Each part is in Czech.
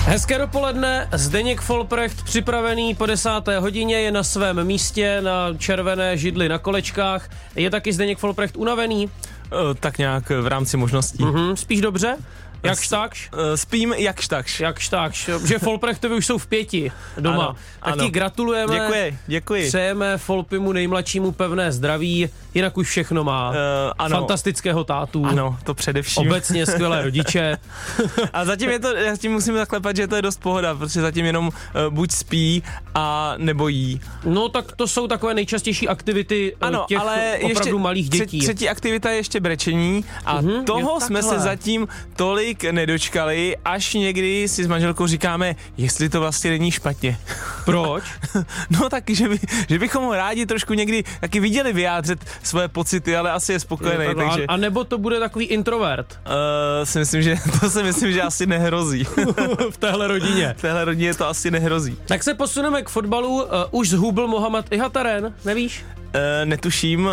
Hezké dopoledne, Zdeněk Folprecht připravený po 10. hodině, je na svém místě na červené židli na kolečkách. Je taky Zdeněk Folprecht unavený? Tak nějak v rámci možností. Spíš dobře? Jakž takž? Spím jakž takž. Jakž takž, že Folprechtovi už jsou v 5 doma. Ano, tak ano. ti gratulujeme. Děkuji. Přejeme Folpimu nejmladšímu pevné zdraví, jinak už všechno má. Ano. Fantastického tátu. Ano, to především. Obecně skvělé rodiče. A zatím je to, já tím musím zaklepat, že to je dost pohoda, protože zatím jenom buď spí a nebo jí. No tak to jsou takové nejčastější aktivity těch ale opravdu malých dětí. Třetí aktivita je ještě brečení a toho jsme se zatím tolik nedočkali, až někdy si s manželkou říkáme, jestli to vlastně není špatně. Proč? No tak, že bychom ho rádi trošku někdy taky viděli vyjádřit svoje pocity, ale asi je spokojený. Takže... A nebo to bude takový introvert? To si myslím, že asi nehrozí. V téhle rodině. V téhle rodině to asi nehrozí. Tak se posuneme k fotbalu. Už zhubl Mohamed Ihataren, nevíš? Netuším,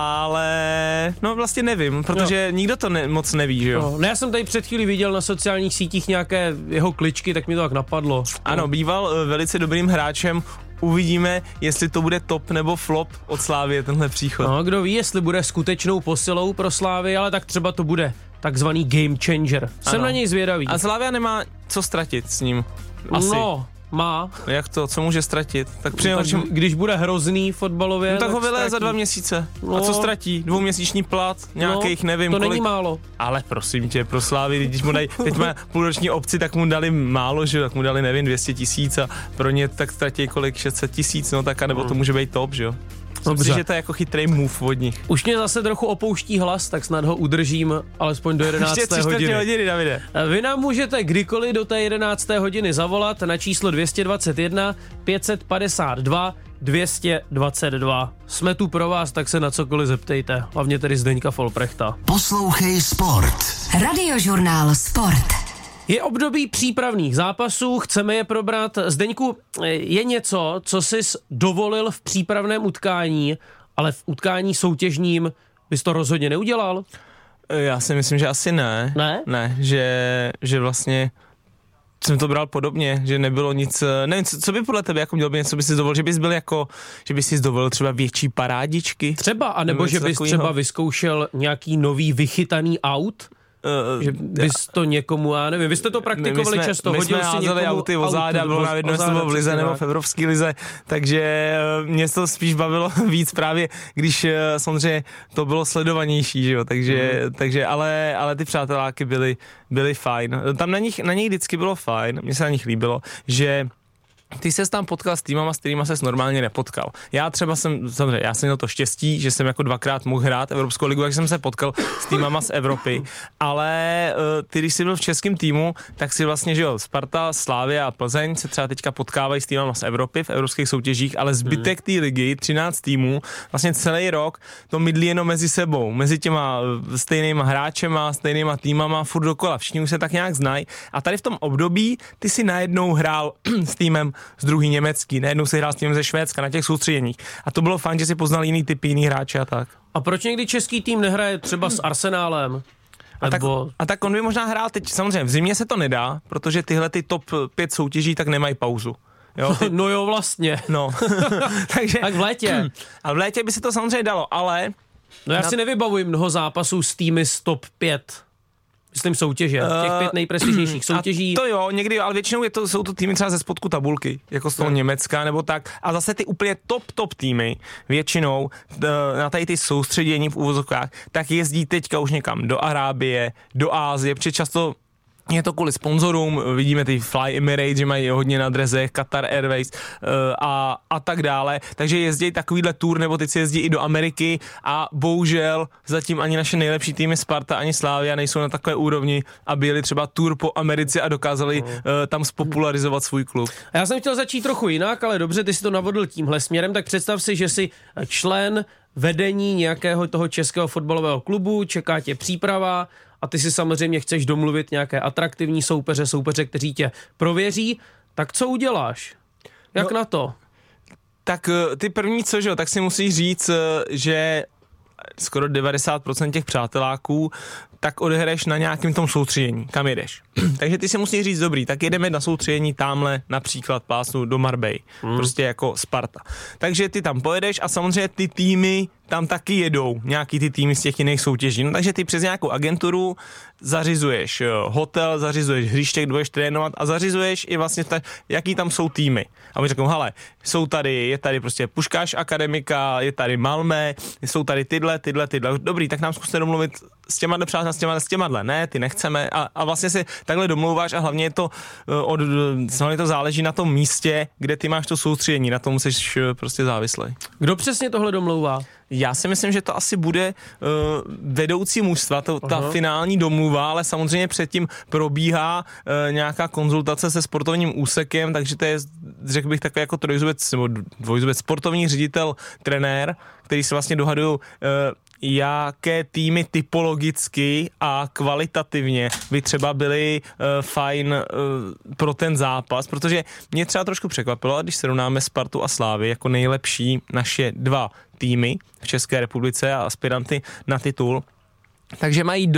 ale no vlastně nevím, protože nikdo to moc neví, že jo? No, já jsem tady před chvíli viděl na sociálních sítích nějaké jeho kličky, tak mi to tak napadlo. Ano, býval velice dobrým hráčem. Uvidíme, jestli to bude top nebo flop od Slávie tenhle příchod. No, kdo ví, jestli bude skutečnou posilou pro Slávy, ale tak třeba to bude takzvaný game changer. Jsem na něj zvědavý. A Slavia nemá co ztratit s ním. Asi. No, má. Jak to? Co může ztratit? Tak když bude hrozný fotbalově, no, tak ho vyleje za 2 měsíce. No. A co ztratí? 2měsíční plat, nějakých nevím to kolik. není málo. Ale prosím tě, pro Slávy, když mu dají, teď má půlroční opci, tak mu dali málo, že tak mu dali nevím 200 000 a pro ně tak ztratí kolik 600 000, no tak a nebo to může být top, že jo. Myslím, že to je jako chytrý move od nich. Už mě zase trochu opouští hlas, tak snad ho udržím alespoň do 11. hodiny, Davide. Vy nám můžete kdykoliv do té 11. hodiny zavolat na číslo 221 552 222. Jsme tu pro vás, tak se na cokoliv zeptejte. Hlavně tedy Zdeňka Folprechta. Poslouchej Sport. Radiožurnál Sport. Je období přípravných zápasů, chceme je probrat. Zdeňku, je něco, co jsi dovolil v přípravném utkání, ale v utkání soutěžním bys to rozhodně neudělal? Já si myslím, že asi ne. Ne? Ne, že vlastně jsem to bral podobně, že nebylo nic, nevím, co by podle tebe jako mělo být něco, by si dovolil, že bys byl jako, že bys si dovolil třeba větší parádičky? Třeba, anebo že bys takovýho? třeba vyzkoušel nějaký nový vychytaný aut? Že bys to někomu, já nevím, vy jste to praktikovali často, my hodil jsme si házeli někomu auty o záda, bylo na jedno, jestli v lize nebo v evropské lize, takže mě to spíš bavilo víc právě, když samozřejmě to bylo sledovanější, že jo, takže ale ty přáteláky byly fajn. Tam na nich vždycky bylo fajn, mně se na nich líbilo, že ty ses tam potkal s týmama, s kterýma ses normálně nepotkal. Já třeba já jsem měl to štěstí, že jsem jako 2krát mohl hrát Evropskou ligu, jak jsem se potkal s týmama z Evropy, ale ty, když jsi byl v českém týmu, tak si vlastně, že jo, Sparta, Slavia a Plzeň se třeba teďka potkávají s týmama z Evropy v evropských soutěžích, ale zbytek té ligy, 13 týmů, vlastně celý rok to mydlí jenom mezi sebou, mezi těma stejnýma hráčema, stejnýma týmama, furt dokola, všichni už se tak nějak znají. A tady v tom období ty si najednou hrál s týmem z druhý německý, najednou si hrál s týmem ze Švédska na těch soustředěních. A to bylo fajn, že si poznal jiný typy, jiný hráče a tak. A proč někdy český tým nehraje třeba s Arsenálem? A tak on by možná hrál teď, samozřejmě v zimě se to nedá, protože tyhle ty top 5 soutěží tak nemají pauzu. Jo, no jo, vlastně. No. Takže, tak v létě. A v létě by se to samozřejmě dalo, ale... No já si nevybavuji mnoho zápasů s týmy z top 5. Myslím soutěže, těch 5 nejprestižnějších soutěží. To jo, někdy, ale většinou jsou to týmy třeba ze spodku tabulky, jako z toho Německa nebo tak. A zase ty úplně top týmy většinou na tady ty soustředění v uvozovkách, tak jezdí teďka už někam do Arábie, do Ázie, protože často je to kvůli sponzorům, vidíme ty Fly Emirates, že mají hodně na drezech, Qatar Airways a tak dále, takže jezdí takovýhle tour, nebo teď se jezdí i do Ameriky a bohužel zatím ani naše nejlepší týmy Sparta, ani Slavia nejsou na takové úrovni, aby jeli třeba tour po Americe a dokázali tam spopularizovat svůj klub. Já jsem chtěl začít trochu jinak, ale dobře, ty si to navodil tímhle směrem, tak představ si, že jsi člen vedení nějakého toho českého fotbalového klubu, čeká tě příprava, a ty si samozřejmě chceš domluvit nějaké atraktivní soupeře, kteří tě prověří, tak co uděláš? Jak na to? Tak ty první co, že jo, tak si musíš říct, že skoro 90% těch přáteláků tak odehraješ na nějakém tom soustředění, kam jedeš. Takže ty si musíš říct, dobrý, tak jedeme na soustředění tamhle například pásnu do Marbella, prostě jako Sparta. Takže ty tam pojedeš a samozřejmě ty týmy tam taky jedou, nějaký ty týmy z těch jiných soutěží. No, takže ty přes nějakou agenturu zařizuješ hotel, zařizuješ hřiště, kde budeš trénovat a zařizuješ i vlastně jaký tam jsou týmy. A oni řeknou, hele, je tady prostě Puškáš Akademika, je tady Malmö, jsou tady tyhle. Dobrý, tak nám zkuste domluvit s těma přátelé, s těma. Ne, ty nechceme. A vlastně si takhle domlouváš a hlavně hlavně to záleží na tom místě, kde ty máš to soustředění, na tom jsi prostě závislý. Kdo přesně tohle domlouvá? Já si myslím, že to asi bude vedoucí mužstva, ta finální domluva, ale samozřejmě předtím probíhá nějaká konzultace se sportovním úsekem, takže to je, řekl bych, takový jako trojzubec nebo dvojzubec sportovní ředitel, trenér, který se vlastně dohadují, jaké týmy typologicky a kvalitativně by třeba byly fajn pro ten zápas, protože mě třeba trošku překvapilo, když se rovnáme Spartu a Slávy jako nejlepší naše dva týmy v České republice a aspiranty na titul, takže mají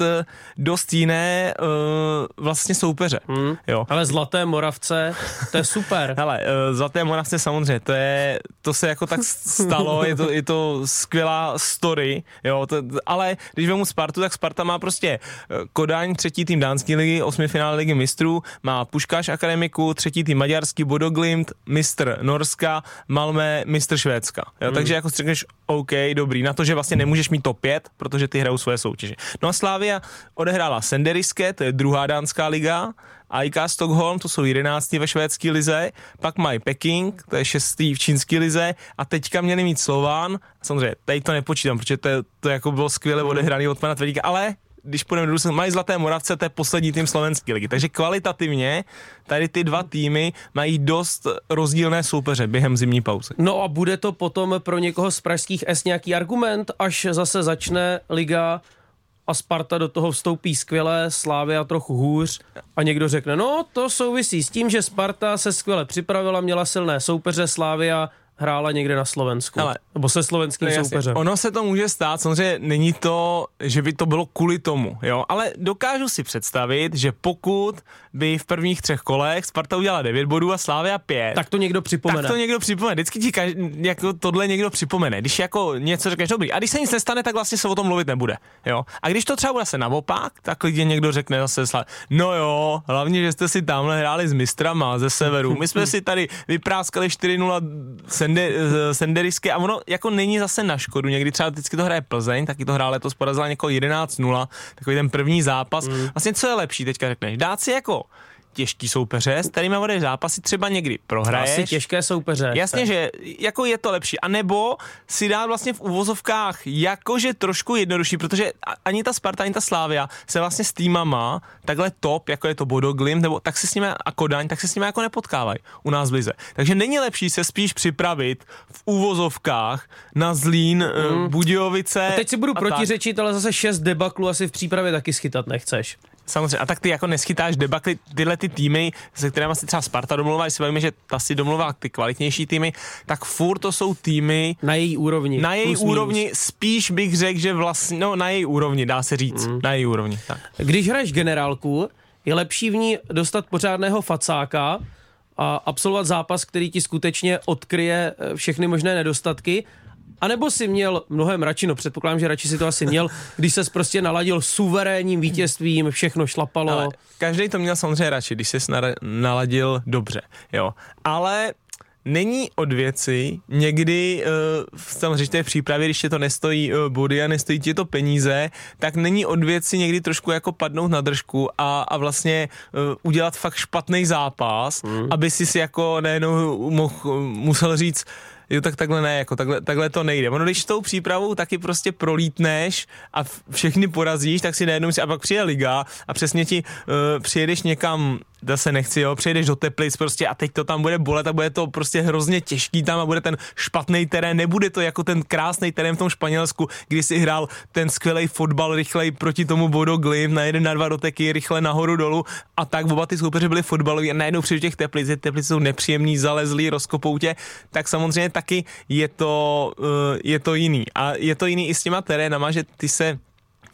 dost jiné vlastně soupeře. Jo. Ale Zlaté Moravce, to je super. Hele, Zlaté Moravce samozřejmě, to se jako tak stalo, je to skvělá story, jo, ale když vemu Spartu, tak Sparta má prostě Kodaň, 3. tým dánské ligy, 8finále ligy mistrů, má Puškáš Akademiku, 3. tým maďarský, Bodo Glimt, mistr Norska, Malmö, mistr Švédska. Jo, takže jako si řekneš, OK, dobrý, na to, že vlastně nemůžeš mít top 5, protože ty hrajou svoje soutěže. No a Slavia odehrála Senderiske, to je 2. dánská liga, AIK Stockholm, to jsou 11. ve švédské lize, pak mají Peking, to je 6. v čínské lize a teďka měli mít Slovan, samozřejmě tady to nepočítám, protože to jako bylo skvěle odehraný od pana Tvrdíka, ale když půjdeme do mají Zlaté Moravce, to je poslední tým slovenské ligy. Takže kvalitativně tady ty dva týmy mají dost rozdílné soupeře během zimní pauzy. No a bude to potom pro někoho z pražských S nějaký argument, až zase začne liga a Sparta do toho vstoupí skvěle, Slavia trochu hůř a někdo řekne, no to souvisí s tím, že Sparta se skvěle připravila, měla silné soupeře, Slavia hrála někde na Slovensku. Nebo se slovenským soupeřem. Ono se to může stát, samozřejmě není to, že by to bylo kvůli tomu, jo, ale dokážu si představit, že pokud by v prvních 3 kolech Sparta udělala 9 bodů a Slavia 5, tak to někdo připomene. Vždycky ti jako tohle někdo připomene. Když jako něco řekneš dobrý, a když se nic nestane, tak vlastně se o tom mluvit nebude, jo. A když to třeba bude se naopak, tak lidi někdo řekne zase no jo, hlavně, že jste si tamhle hráli s mistrama ze severu. My jsme si tady vypráskali 4-0 Senderiske a ono jako není zase na škodu, někdy třeba vždycky to hraje Plzeň, taky to hrál letos, porazila někoho 11-0, takový ten první zápas. Vlastně co je lepší, teďka řekneš, dát si jako těžký soupeře, s kterými budeš zápasy třeba někdy prohraješ. Asi těžké soupeře. Jasně, že jako je to lepší. A nebo si dát vlastně v uvozovkách jakože trošku jednodušší, protože ani ta Sparta, ani ta Slavia se vlastně s týmama takhle top, jako je to Bodo Glimt, nebo tak se s nimi a Kodaň, tak se s nimi jako nepotkávají u nás v lize. Takže není lepší se spíš připravit v uvozovkách na Zlín, Budějovice. A teď si budu protiřečit, ale zase 6 debaklů asi v přípravě taky schytat nechceš. Samozřejmě. A tak ty jako neschytáš debakly, tyhle ty týmy, se kterými si třeba Sparta domluvá, když si bavíme, že ta si domluvá ty kvalitnější týmy, tak furt to jsou týmy na její úrovni. Na její úrovni, spíš bych řekl, že vlastně, no na její úrovni, dá se říct, na její úrovni. Tak. Když hraješ generálku, je lepší v ní dostat pořádného facáka a absolvovat zápas, který ti skutečně odkryje všechny možné nedostatky, a nebo si měl mnohem radši, no předpokládám, že radši si to asi měl, když ses prostě naladil suverénním vítězstvím, všechno šlapalo. Ale každý to měl samozřejmě radši, když ses naladil dobře, jo. Ale není od věci, někdy samozřejmě v přípravě, když tě to nestojí body a nestojí ti to peníze, tak není od věci někdy trošku jako padnout na držku a vlastně udělat fakt špatný zápas, aby si jako nejenom musel říct, jo, tak takhle ne, jako takhle to nejde. Ono, když tou přípravou taky prostě prolítneš a všechny porazíš, tak si najednou a pak přijde liga a přesně ti přijedeš někam, zase nechci, jo, přijedeš do Teplic prostě a teď to tam bude bolet a bude to prostě hrozně těžký tam a bude ten špatný terén, nebude to jako ten krásný terén v tom Španělsku, kdy si hrál ten skvělý fotbal rychlej proti tomu Bodo Glimt na 1-2 doteky, rychle nahoru dolů a tak oba ty soupeři byli fotbaloví a najednou přijde těch Teplic, Teplice jsou nepříjemný, zalezlý, rozkopou tě, tak samozřejmě taky je to jiný. A je to jiný i s těma terénama, že ty se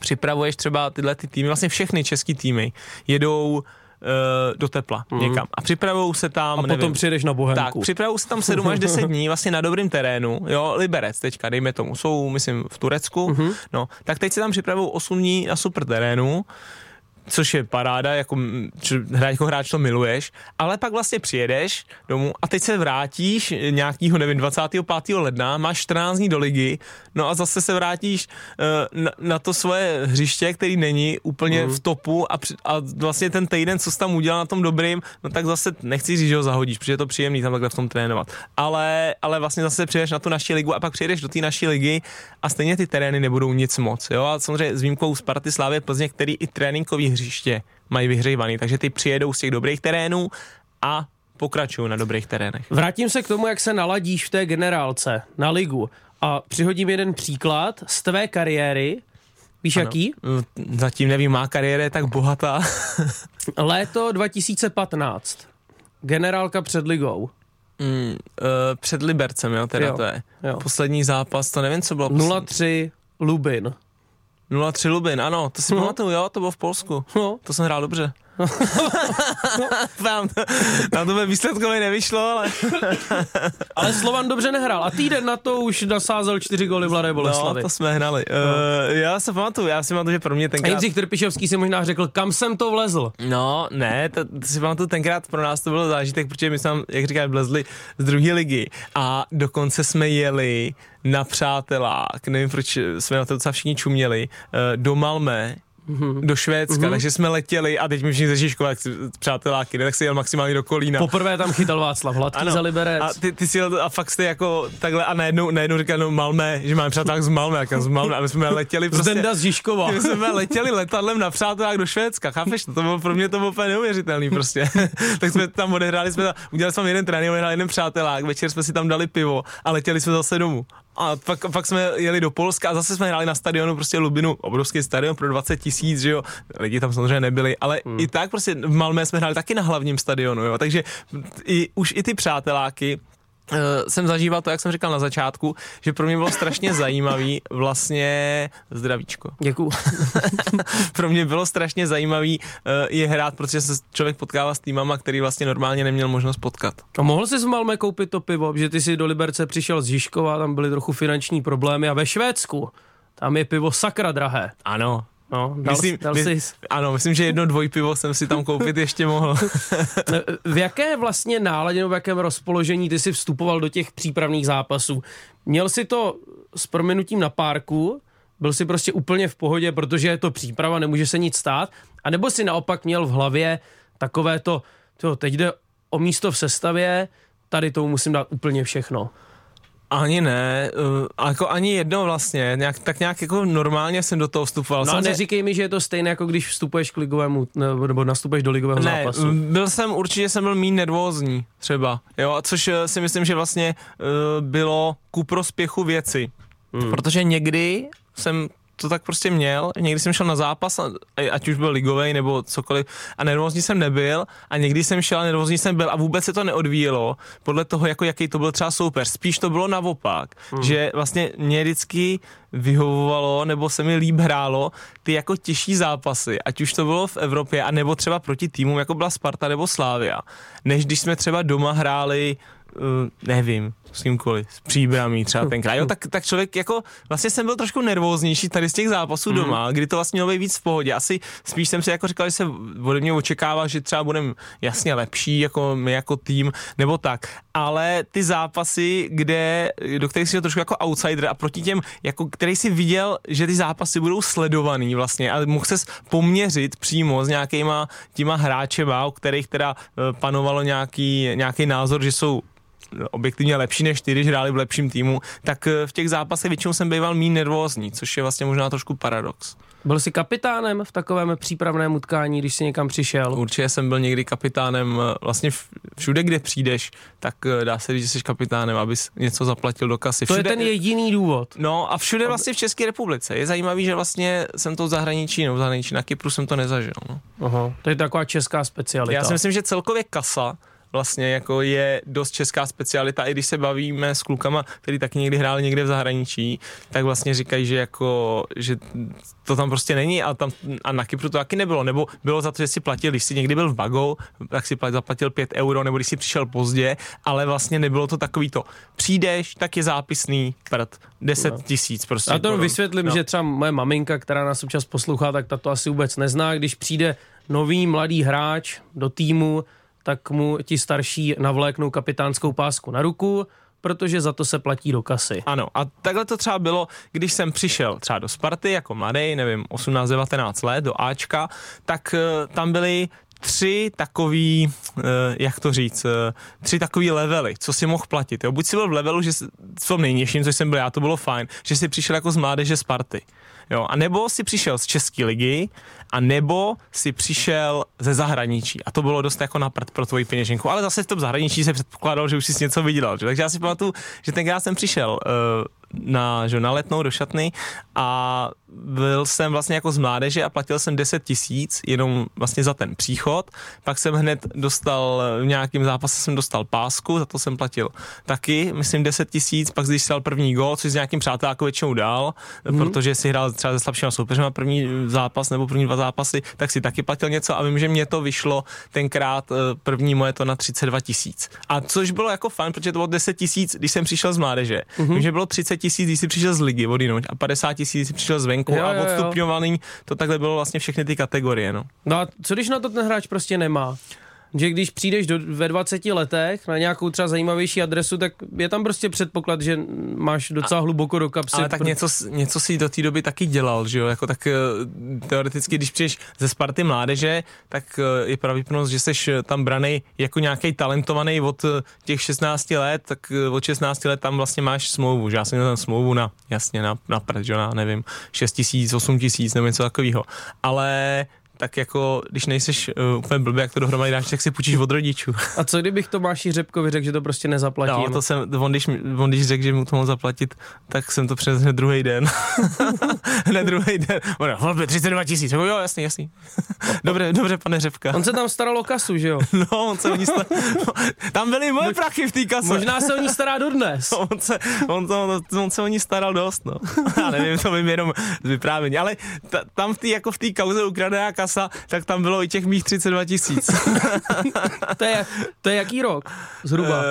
připravuješ třeba tyhle ty týmy, vlastně všechny český týmy jedou do tepla někam a připravujou se tam, a potom přijedeš na Bohemku. Tak, připravujou se tam 7 až 10 dní vlastně na dobrým terénu, jo, Liberec teďka, dejme tomu, jsou, myslím, v Turecku, no, tak teď se tam připravují 8 dní na super terénu, což je paráda, jako hráč to miluješ, ale pak vlastně přijedeš domů a teď se vrátíš nějakýho, nevím, 25. ledna, máš 14 dní do ligy, no a zase se vrátíš na to svoje hřiště, který není úplně v topu a vlastně ten týden, co jsi tam udělal na tom dobrým, no tak zase nechci říct, že ho zahodíš, protože je to příjemný tam takhle v tom trénovat, ale vlastně zase přijedeš na tu naši ligu a pak přijedeš do té naší ligy a stejně ty terény nebudou nic moc, jo, a samozřejmě s výjimkou Sparty, Slavie, Plzně, který i tréninkový hřiště mají vyhřejvaný, takže ty přijedou z těch dobrých terénů a pokračují na dobrých terénech. Vrátím se k tomu, jak se naladíš v té generálce na ligu a přihodím jeden příklad z tvé kariéry. Víš ano. Jaký? Zatím nevím, má kariéra je tak bohatá. Léto 2015. Generálka před ligou. Před Libercem, jo, teda jo, to je. Jo. Poslední zápas, to nevím, co bylo. 0-3 Lubin. 0-3 Lubin, ano, to si pamatuju, jo, to bylo v Polsku. To jsem hrál dobře. Nám to výsledkově nevyšlo, ale... Ale Slovan dobře nehrál a týden na to už nasázel 4 góly Mladé Boleslavi. No, to jsme hnali. Já si pamatuju, že pro mě tenkrát... Jindřich Trpišovský si možná řekl, kam jsem to vlezl. No, ne, to si pamatuju, tenkrát pro nás to bylo zážitek, protože my jsme tam, jak říkáš, vlezli z druhé ligy a dokonce jsme jeli na přátelák, nevím, proč jsme na to docela všichni čuměli, do Malmö, do Švédska, takže jsme letěli a teď mi všichni ze Žižkova, přáteláky, tak si jel maximálně do Kolína. Poprvé tam chytal Václav Hladký za Liberec. A ty si jel a fakt jste jako takhle a najednou říkal, no Malmö, že máme přátelák z Malmö, a my jsme letěli prostě. Zdenda z Žižkova. My jsme letěli letadlem na přátelák do Švédska, chápeš? To bylo pro mě to bylo úplně neuvěřitelný prostě. Tak jsme tam odehráli, udělali jsme jeden trénink, odehrali jeden přátelák, večer jsme si tam dali pivo a letěli jsme zase domů. A pak jsme jeli do Polska a zase jsme hráli na stadionu prostě Lubinu, obrovský stadion pro 20 000, že jo, lidi tam samozřejmě nebyli, ale i tak prostě v Malmö jsme hráli taky na hlavním stadionu, jo, takže už i ty přáteláky jsem zažíval to, jak jsem říkal na začátku, že pro mě bylo strašně zajímavý vlastně zdravíčko. Děkuju. Pro mě bylo strašně zajímavý je hrát, protože se člověk potkává s týmama, který vlastně normálně neměl možnost potkat. A mohl jsi v Malmö koupit to pivo, že ty si do Liberce přišel z Žižkova, tam byly trochu finanční problémy a ve Švédsku tam je pivo sakra drahé. Ano. No, myslím, že 1 dvojpivo jsem si tam koupit ještě mohl. V jaké vlastně náladě nebo v jakém rozpoložení ty si vstupoval do těch přípravných zápasů? Měl si to s prominutím na párku, byl si prostě úplně v pohodě, protože je to příprava, nemůže se nic stát, a nebo si naopak měl v hlavě takové to, teď jde o místo v sestavě, tady tomu musím dát úplně všechno. Ani ne, jako ani jedno vlastně, tak nějak jako normálně jsem do toho vstupoval. No a neříkej mi, že je to stejné, jako když vstupuješ k ligovému, nebo nastupuješ do ligového zápasu. Určitě jsem byl méně nervózní třeba, jo, což si myslím, že vlastně bylo ku prospěchu věci, protože někdy jsem to tak prostě měl, někdy jsem šel na zápas, ať už byl ligovej nebo cokoliv, a nervózní jsem nebyl, a někdy jsem šel a nervózní jsem byl a vůbec se to neodvíjelo podle toho, jako jaký to byl třeba soupeř. Spíš to bylo naopak, že vlastně mě vždycky vyhovovalo, nebo se mi líp hrálo ty jako těžší zápasy, ať už to bylo v Evropě, a nebo třeba proti týmům, jako byla Sparta nebo Slavia, než když jsme třeba doma hráli nevím, s kýmkoliv, s Příbramí třeba tenkrát. Jo, tak člověk jako, vlastně jsem byl trošku nervóznější tady z těch zápasů doma, kdy to vlastně mělo být víc v pohodě. Asi spíš jsem si jako říkal, že se ode mě očekává, že třeba budeme jasně lepší, jako my jako tým, nebo tak. Ale ty zápasy, do kterých si byl trošku jako outsider a proti těm, jako, který si viděl, že ty zápasy budou sledovaný vlastně, a mohl ses poměřit přímo s nějakýma těma hráčema, o kterých teda panovalo nějaký názor, že jsou objektivně lepší než ty, když hráli v lepším týmu, tak v těch zápasech většinou jsem býval méně nervózní, což je vlastně možná trošku paradox. Byl jsi kapitánem v takovém přípravném utkání, když jsi někam přišel? Určitě jsem byl někdy kapitánem, vlastně všude, kde přijdeš, tak dá se říct, že jsi kapitánem, abys něco zaplatil do kasy. To je ten jediný důvod. No a všude vlastně v České republice. Je zajímavý, že vlastně jsem to v zahraničí, na Kypru jsem to nezažil. No. Aha, to je taková česká specialita. Já si myslím, že celkově kasa vlastně jako je dost česká specialita, i když se bavíme s klukama, který taky někdy hráli někde v zahraničí, tak vlastně říkají, že jako, že to tam prostě není a na Kypru to taky nebylo, nebo bylo za to, že si platil, když si někdy byl v Bagou, tak si zaplatil 5 euro, nebo když si přišel pozdě, ale vlastně nebylo to takový to. Přijdeš, tak je zápisný 10 000 prostě. Já to vysvětlím, že třeba moje maminka, která nás občas poslouchá, tak ta to asi vůbec nezná, když přijde nový mladý hráč do týmu, tak mu ti starší navléknou kapitánskou pásku na ruku, protože za to se platí do kasy. Ano, a takhle to třeba bylo, když jsem přišel třeba do Sparty jako mladý, nevím, 18-19 let, do Ačka, tak tam byly 3 takový, jak to říct, 3 takový levely, co si mohl platit. Jo? Buď si byl v levelu, že v tom nejnižším, což jsem byl já, to bylo fajn, že si přišel jako z mládeže Sparty. Jo? A nebo si přišel z České ligy, a nebo si přišel ze zahraničí. A to bylo dost jako na prd pro tvoji peněženku. Ale zase v tom zahraničí se předpokládalo, že už jsi něco vydělal. Že? Takže já si pamatuju, že tenkrát jsem přišel na Letnou do šatny a byl jsem vlastně jako z mládeže a platil jsem 10 000 jenom vlastně za ten příchod. Pak jsem hned dostal, v nějakém zápase jsem dostal pásku, za to jsem platil taky, myslím 10 000, pak když dal první gól, což s nějakým přátelákem většinou dal, protože si hrál třeba se slabšíma soupeřema první zápas nebo první 2 zápasy, tak si taky platil něco a vím, že mě to vyšlo tenkrát první moje to na 32 000. A což bylo jako fajn, protože to bylo 10 000, když jsem přišel z mládeže. Vím, že bylo 30 000, když jsi přišel z ligy odjinuť a 50 000, když jsi přišel zvenku a odstupňovaný, to takhle bylo vlastně všechny ty kategorie, no. No a co když na to ten hráč prostě nemá? Že když přijdeš ve 20 letech na nějakou třeba zajímavější adresu, tak je tam prostě předpoklad, že máš docela hluboko do kapsy. Ale tak něco si do té doby taky dělal, že jo? Jako tak teoreticky, když přijdeš ze Sparty mládeže, tak je pravděpodobnost, že seš tam branej jako nějaký talentovaný od těch 16 let, tak od 16 let tam vlastně máš smlouvu, že já jsem měl tam smlouvu na prd, že na nevím, 6 000, 8 000 nebo něco takového. Ale tak jako, když nejseš úplně blbý, jak to dohromady dáš, tak si půjčíš od rodičů. A co kdybych Tomáši Řepkovi řekl, že to prostě nezaplatím? No, to jsem, on když řekl, že mu to mohl zaplatit, tak jsem to přinesl hned druhý den. Hned druhý den. 32 000. Jo, jasný. Dobře, pane Řepka. On se tam staral o kasu, že jo? No, on se o ní staral. Tam byly moje prachy v té kase. Možná se o ní stará dodnes. On se o ní staral dost, no. Já nevím, to vím jenom z vyprávění. Ale tam v té kauze ukradená kasa, tak tam bylo i těch mých 32 000. To je jaký rok? Zhruba?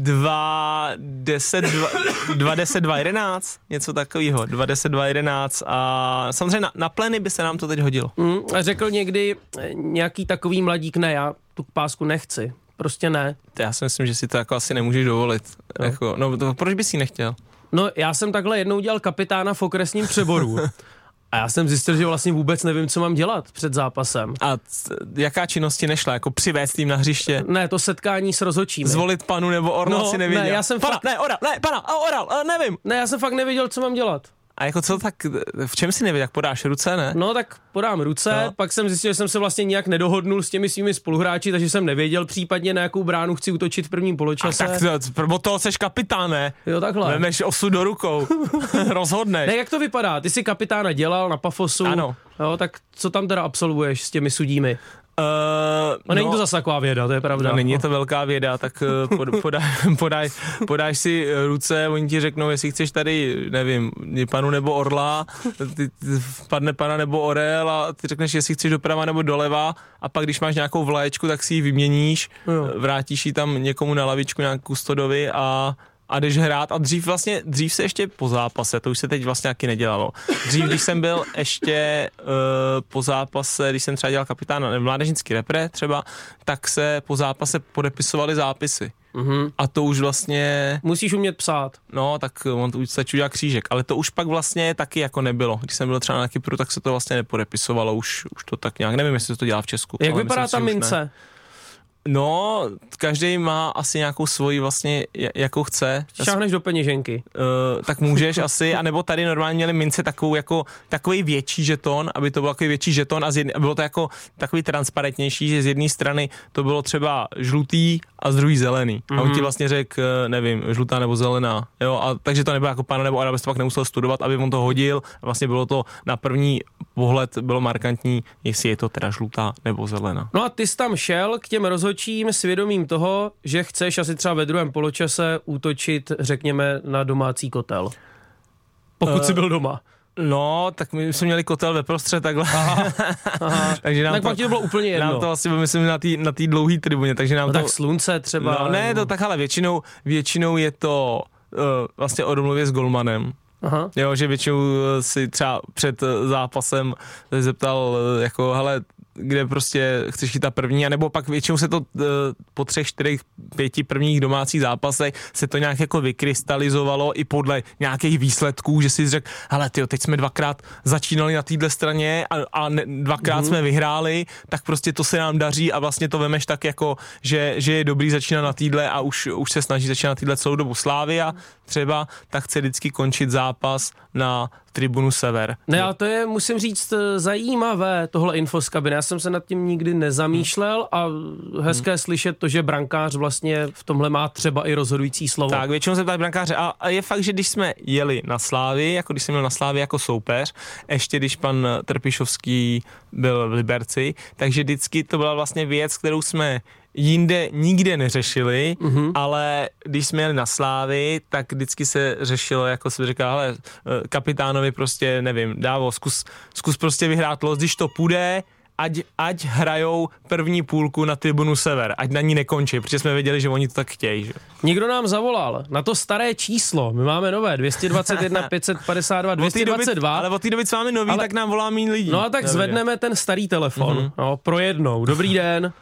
2011, něco takového. 2011 a samozřejmě na pleny by se nám to teď hodilo. A řekl někdy nějaký takový mladík, ne, já tu pásku nechci. Prostě ne. Já si myslím, že si to jako asi nemůžeš dovolit. No. Jako, proč bys si nechtěl? No, já jsem takhle jednou dělal kapitána v okresním Přeboru. A já jsem zjistil, že vlastně vůbec nevím, co mám dělat před zápasem. A jaká činnosti nešla? Jako přivést tým na hřiště? Ne, to setkání s rozhodčími. Zvolit panu nebo orla si nevěděl? Ne, já jsem oral, nevím. Ne, já jsem fakt nevěděl, co mám dělat. A jako co tak, v čem si nevěděl, jak podáš ruce, ne? No tak podám ruce, pak jsem zjistil, že jsem se vlastně nijak nedohodnul s těmi svými spoluhráči, takže jsem nevěděl případně, na jakou bránu chci útočit v prvním poločase. A tak od toho seš kapitán, ne? Jo, takhle. Vemeš osud do rukou, rozhodneš. Ne, jak to vypadá? Ty jsi kapitána dělal na Pafosu. Ano. Jo, tak co tam teda absolvuješ s těmi sudími? Není to zase taková věda, to je pravda. No, není to velká věda, tak podáš si ruce, oni ti řeknou, jestli chceš tady, nevím, panu nebo orla, padne pana nebo orel a ty řekneš, jestli chceš doprava nebo doleva a pak když máš nějakou vlaječku, tak si ji vyměníš, vrátíš ji tam někomu na lavičku, nějak kustodovi a jdeš hrát a dřív se ještě po zápase, to už se teď vlastně taky nedělalo. Dřív, když jsem byl ještě po zápase, když jsem třeba dělal kapitána mládežnický repre třeba, tak se po zápase podepisovaly zápisy. A to už vlastně... Musíš umět psát. No, tak on to už stačí udělat křížek, ale to už pak vlastně taky jako nebylo. Když jsem byl třeba na Kypru, tak se to vlastně nepodepisovalo, už to tak nějak, nevím, jestli se to dělá v Česku. Jak vypadá ta mince? No, každý má asi nějakou svoji vlastně, jakou chce. Šáhneš do peněženky. Tak můžeš asi, anebo tady normálně měli mince takový větší žeton, aby to byl takový větší žeton a bylo to jako takový transparentnější, že z jedné strany to bylo třeba žlutý a z druhý zelený. A on ti vlastně řekl, nevím, žlutá nebo zelená. Jo, a takže to nebylo jako pana nebo abys to pak nemusel studovat, aby on to hodil. Vlastně bylo to na první pohled bylo markantní, jestli je to teda žlutá nebo zelená. No a ty jsi tam šel k těm rozhodčím svědomím toho, že chceš asi třeba ve druhém poločase útočit, řekněme, na domácí kotel. Pokud jsi byl doma. No, tak my jsme měli kotel ve prostřed takhle. Aha. Takže nám tak pak ti to bylo úplně jedno. Nám to asi myslím na té dlouhé tribuně, takže nám no to... tak slunce třeba. No, ne, to tak, ale většinou je to vlastně o domluvě s golmanem. Aha. Jo, že většinou si třeba před zápasem zeptal, jako, hele, kde prostě chceš chytat první, anebo pak většinou se to po 3, 4, 5 prvních domácích zápasech se to nějak jako vykrystalizovalo i podle nějakých výsledků, že si řekl, hele tyjo, teď jsme 2krát začínali na téhle straně a 2krát jsme vyhráli, tak prostě to se nám daří a vlastně to vemeš tak jako, že je dobrý začínat na téhle a už se snaží začínat na téhle celou dobu. Slavia třeba, tak chce vždycky končit zápas na tribunu Sever. Ne, ale to je, musím říct, zajímavé tohle info z kabiny. Já jsem se nad tím nikdy nezamýšlel a hezké slyšet to, že brankář vlastně v tomhle má třeba i rozhodující slovo. Tak, většinou se ptá brankáře a je fakt, že když jsme jeli na Slávii, jako když jsem měl na Slávii jako soupeř, ještě když pan Trpišovský byl v Liberci, takže vždycky to byla vlastně věc, kterou jsme jinde nikde neřešili, ale když jsme jeli na Slávy, tak vždycky se řešilo, jako se říká, hele, kapitánovi prostě, nevím, Dávo, zkus prostě vyhrát los, když to půjde, ať hrajou první půlku na tribunu Sever, ať na ní nekončí, protože jsme věděli, že oni to tak chtějí. Že? Někdo nám zavolal na to staré číslo, my máme nové, 221 552 222. Ale od té doby, co máme nový, tak nám volá méně lidí. No a tak zvedneme ten starý telefon, no, pro jednou. Dobrý den.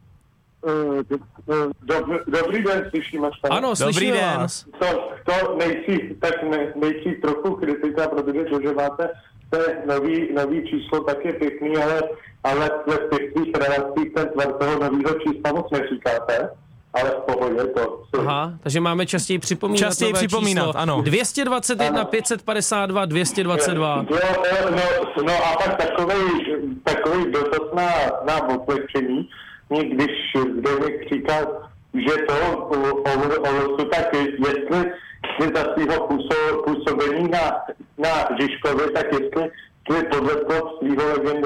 Dobrý den, slyšíme se. Ano, slyšíme vás. To nejdřív trochu kritika, protože to, že máte nový číslo, tak je pěkný, ale v pěkných relacích ten tvar toho novýho čísla moc neříkáte. Ale v pohodě to. Aha, takže máme častěji připomínat číslo. Ano. 221 552 222. No a pak takový dotaz na odlehčení. Když Zdeněk říká, že to o losu, tak jestli za svého působení na Žižkově, tak jestli podle toho svého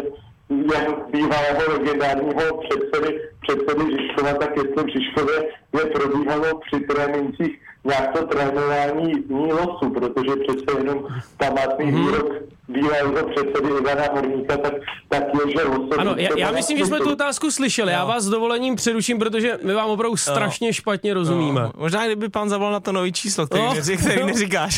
bývalého legendárního předsedy Žižkova, tak jestli v Žižkově je probíhalo při trénincích nějak to trénování losu, protože přece jenom památný výrok bývalého předsedy Ivana Horníka, tak je, že losu... Ano, já myslím, že jsme tu otázku slyšeli. Já vás s dovolením přeruším, protože my vám opravdu strašně špatně rozumíme. No, možná, kdyby pán zavolal na to nový číslo, který neříkáš.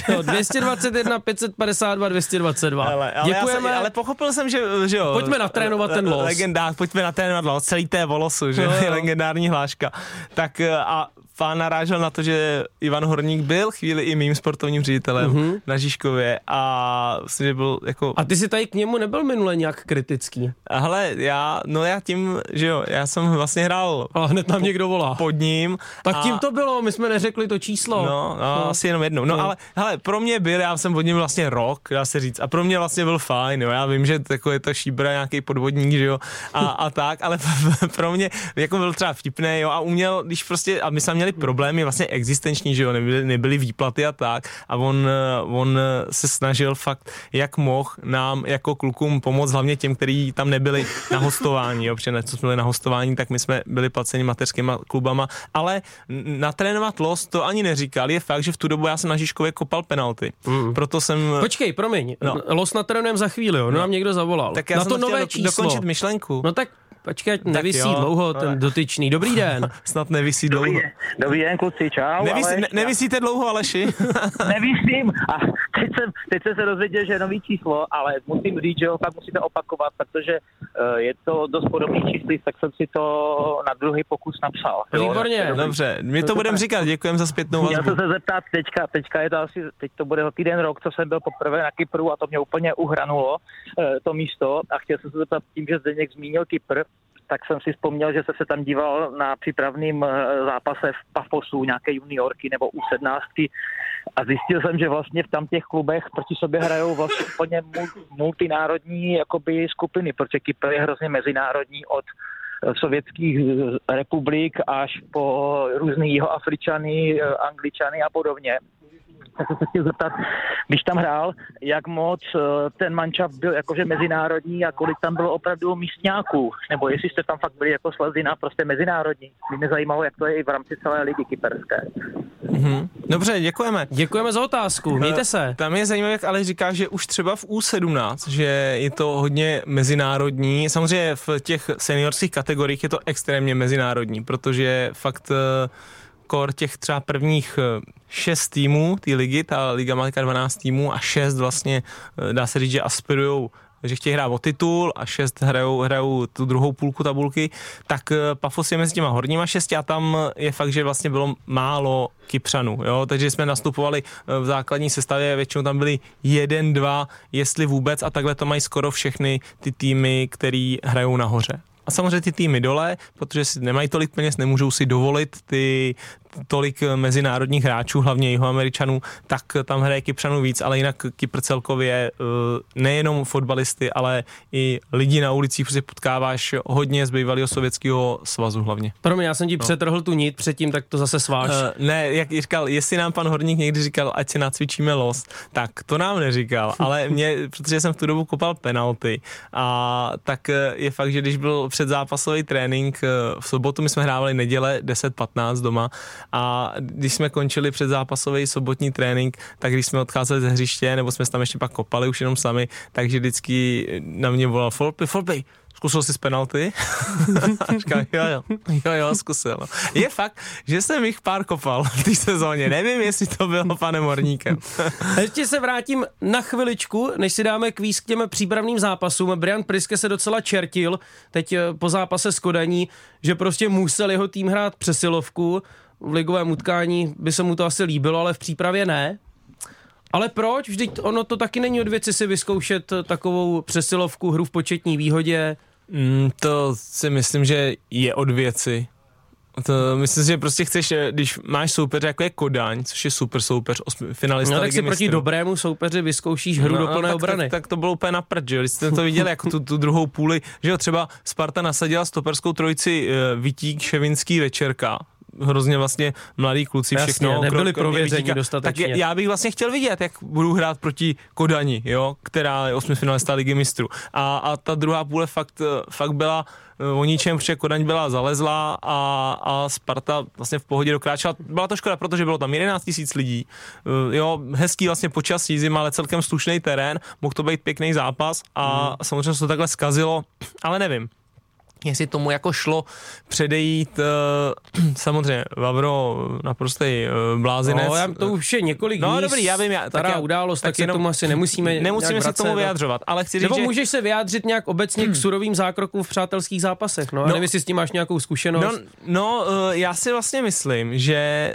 221 552 222. Děkujeme. Ale pochopil jsem, že jo. Pojďme natrénovat ten los. Pojďme natrénovat los, celý té volosu, že je legendární hláška. Tak a pán narážel na to, že Ivan Horník byl chvíli i mým sportovním ředitelem na Žižkově a myslím, že byl jako... A ty jsi tady k němu nebyl minule nějak kritický? Hele, já tím, že jo, já jsem vlastně hrál... A hned nám někdo volá. Pod ním. Tak tím to bylo, my jsme neřekli to číslo. No, asi jenom jednou. No ale, hele, pro mě byl, já jsem pod ním vlastně rok, dá se říct, a pro mě vlastně byl fajn, jo, já vím, že jako je to Šíbra, nějaký podvodník, že jo, a tak, ale pro mě jako byl třeba vtipný, jo, a uměl, když prostě, a my jsme měli problémy vlastně existenční, že jo, nebyly výplaty a tak, a on se snažil fakt, jak mohl nám jako klukům pomoct, hlavně těm, kteří tam nebyli na hostování, jo, protože co jsme byli na hostování, tak my jsme byli placeni mateřskýma klubama, ale natrénovat los to ani neříkal, je fakt, že v tu dobu já jsem na Žižkově kopal penalty, proto jsem... Počkej, promiň, los natrénujeme za chvíli, jo, nám někdo zavolal. Tak já na jsem to nové číslo. Dokončit myšlenku. No tak počkej, nevisí dlouho ten dotyčný. Dobrý den. Snad nevisí dlouho. Dobrý den, kluci, čau. Nevisíte dlouho, Aleši? Nevisím. A teď jsem se dozvěděl, že je nový číslo, ale musím říct, že ho fakt musíme opakovat, protože je to dost podobný číslo, tak jsem si to na druhý pokus napsal. Výborně. Dobře, my to budeme říkat, děkujeme za zpětnou vazbu. Já jsem se zeptat, teďka je to asi, teď to bude týden rok, co jsem byl poprvé na Kypru a to mě úplně uhranulo, to místo, a chtěl jsem se zeptat tím, že Zdeněk zmínil Kypr, tak jsem si vzpomněl, že jsem se tam díval na přípravném zápase v Pafosu, nějaké juniorky nebo U17 a zjistil jsem, že vlastně v tam těch klubech proti sobě hrajou vlastně úplně multinárodní jakoby skupiny, protože Kypr je hrozně mezinárodní od sovětských republik až po různý Jihoafričany, Angličany a podobně. Tak se chtěl zeptat, když tam hrál, jak moc ten mančaft byl jakože mezinárodní a kolik tam bylo opravdu místňáků, nebo jestli jste tam fakt byli jako Slezina prostě mezinárodní. Mě zajímalo, jak to je i v rámci celé ligy kyperské. Dobře, děkujeme. Děkujeme za otázku, mějte se. Tam je zajímavé, jak ale říká, že už třeba v U17, že je to hodně mezinárodní. Samozřejmě v těch seniorských kategoriích je to extrémně mezinárodní, protože fakt kor těch třeba prvních 6 týmů té ligy, ta liga má 12 týmů a 6 vlastně dá se říct, že aspirujou, že chtějí hrát o titul a 6 hrajou tu druhou půlku tabulky, tak Pafos je mezi těma horníma 6 a tam je fakt, že vlastně bylo málo Kypřanů, jo, takže jsme nastupovali v základní sestavě, většinou tam byli 1, 2, jestli vůbec a takhle to mají skoro všechny ty týmy, který hrajou nahoře. A samozřejmě ty týmy dole, protože si nemají tolik peněz, nemůžou si dovolit tolik mezinárodních hráčů, hlavně Jihoameričanů, tak tam hraje Kypřanů víc, ale jinak Kypr celkově nejenom fotbalisty, ale i lidi na ulicích, prostě potkáváš hodně z bývalého Sovětského svazu hlavně. Promiň, já jsem ti přetrhl tu nit předtím, tak to zase sváž. Ne, jak říkal, jestli nám pan Horník někdy říkal, ať si nacvičíme los, tak to nám neříkal, ale protože jsem v tu dobu kopal penalty a tak je fakt, že když byl předzápasový trénink v sobotu, my jsme hrávali neděle 10:15 doma a když jsme končili předzápasový sobotní trénink, tak když jsme odcházeli ze hřiště, nebo jsme tam ještě pak kopali už jenom sami, takže vždycky na mě volal Folpy, zkusil jsi z penalty? Říkal, jo, zkusil. No. Je fakt, že jsem jich pár kopal v té sezóně. Nevím, jestli to bylo panem Horníkem. Ještě se vrátím na chviličku, než si dáme kvíz k těm přípravným zápasům. Brian Priske se docela čertil teď po zápase s Kodaní, že prostě musel jeho tým hrát přesilovku. V ligovém utkání by se mu to asi líbilo, ale v přípravě ne. Ale proč? Vždyť ono to taky není od věci si vyzkoušet takovou přesilovku, hru v početní výhodě. To si myslím, že je od věci. Myslím si, že prostě chceš, když máš soupeře jako je Kodaň, což je super soupeř, finalista no, tak ligy si proti dobrému soupeři vyzkoušíš hru do plné obrany. Tak to bylo úplně na prd, že? Když jste to viděli jako tu druhou půli, že jo, třeba Sparta nasadila stoperskou trojici Vítík, Ševinský, Večerka. Hrozně vlastně mladí kluci, všechno. Jasně, nebyli prověření dostatečně. Tak já bych vlastně chtěl vidět, jak budu hrát proti Kodani, jo, která je 8. finalista ligy mistrů. A ta druhá půle fakt byla o ničem, protože Kodaň byla zalezlá a Sparta vlastně v pohodě dokráčela. Byla to škoda, protože bylo tam 11 000 lidí. Jo, hezký vlastně počasí, zima, ale celkem slušný terén, mohl to být pěkný zápas a samozřejmě se to takhle zkazilo, ale nevím. Jestli tomu jako šlo předejít, samozřejmě Vavro naprostý blázinec. No, to už je několik dní. No dobrý, já vím. Stará událost, tak se tomu asi nemusíme se k tomu vyjadřovat, ale chci říct, nebo můžeš se vyjádřit nějak obecně k surovým zákrokům v přátelských zápasech, no. Nevím, jestli s tím máš nějakou zkušenost. Já si vlastně myslím, že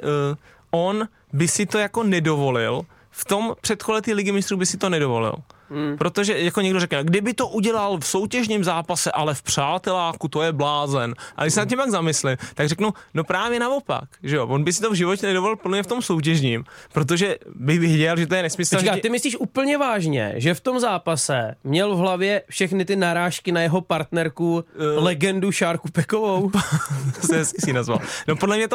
on by si to jako nedovolil, v tom předkole té ligy mistrů by si to nedovolil. Protože jako někdo řekne, kdyby to udělal v soutěžním zápase, ale v přáteláku, to je blázen. A když se nad tím tak zamyslím, tak řeknu, no právě naopak, že jo, on by si to v životě nedovolil plně v tom soutěžním, protože by viděl, že to je nesmysl. Ty myslíš úplně vážně, že v tom zápase měl v hlavě všechny ty narážky na jeho partnerku, legendu Šárku Pekovou? To se hezky si nazval. No podle mě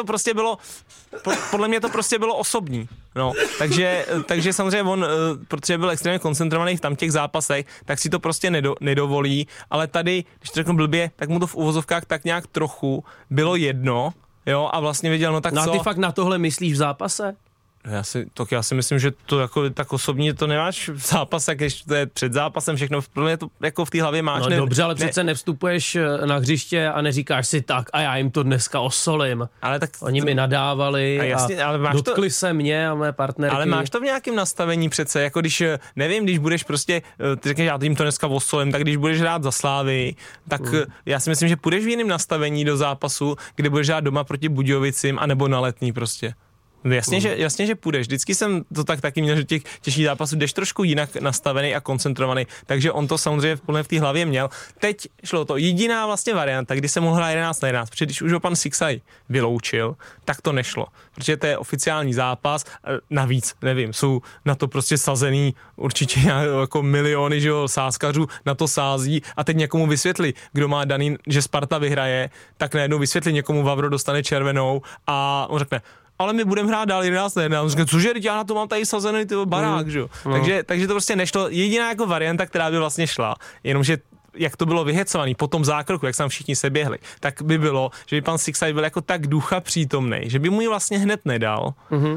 to prostě bylo osobní. No, takže samozřejmě on, protože byl extrémně koncentrovaný v tam těch zápasech, tak si to prostě nedovolí, ale tady, když to řeknu blbě, tak mu to v uvozovkách tak nějak trochu bylo jedno, jo, a vlastně věděl, no tak co. No a ty fakt na tohle myslíš v zápase? Já si myslím, že to jako tak osobně to nemáš v zápasech, když to je před zápasem, všechno v to jako v té hlavě máš. No dobře, ale přece nevstupuješ na hřiště a neříkáš si tak a já jim to dneska osolím. Ale tak oni mi nadávali a jasně, ale dotkli se mě a mé partnerky. Ale máš to v nějakém nastavení přece, jako když, nevím, když budeš prostě, ty řekneš, já jim to dneska osolím, tak když budeš hrát za Slávy, tak já si myslím, že půjdeš v jiném nastavení do zápasu, kde budeš hrát doma proti Budějovicím anebo na Letný prostě. Jasně, že půjdeš. Vždycky jsem to taky měl, že těch těžkých zápasů jdeš trošku jinak nastavený a koncentrovaný, takže on to samozřejmě v té hlavě měl. Teď šlo to jediná vlastně varianta, kdy se mohl hrát 11-11, protože když už ho pan Sixaj vyloučil, tak to nešlo, protože to je oficiální zápas, navíc, nevím, jsou na to prostě sazený určitě jako miliony, že jo, sázkařů na to sází a teď někomu vysvětlí, kdo má daný, že Sparta vyhraje, tak najednou vysvětlí někomu, Vavro dostane červenou a on řekne, ale my budeme hrát dál 11-11. On říká, cože, já na to mám tady sazený barák, že jo. Takže to prostě nešlo. Jediná jako varianta, která by vlastně šla, jenomže jak to bylo vyhecovaný po tom zákroku, jak tam všichni se běhli, tak by bylo, že by pan Sixaj byl jako tak ducha přítomnej, že by mu ji vlastně hned nedal,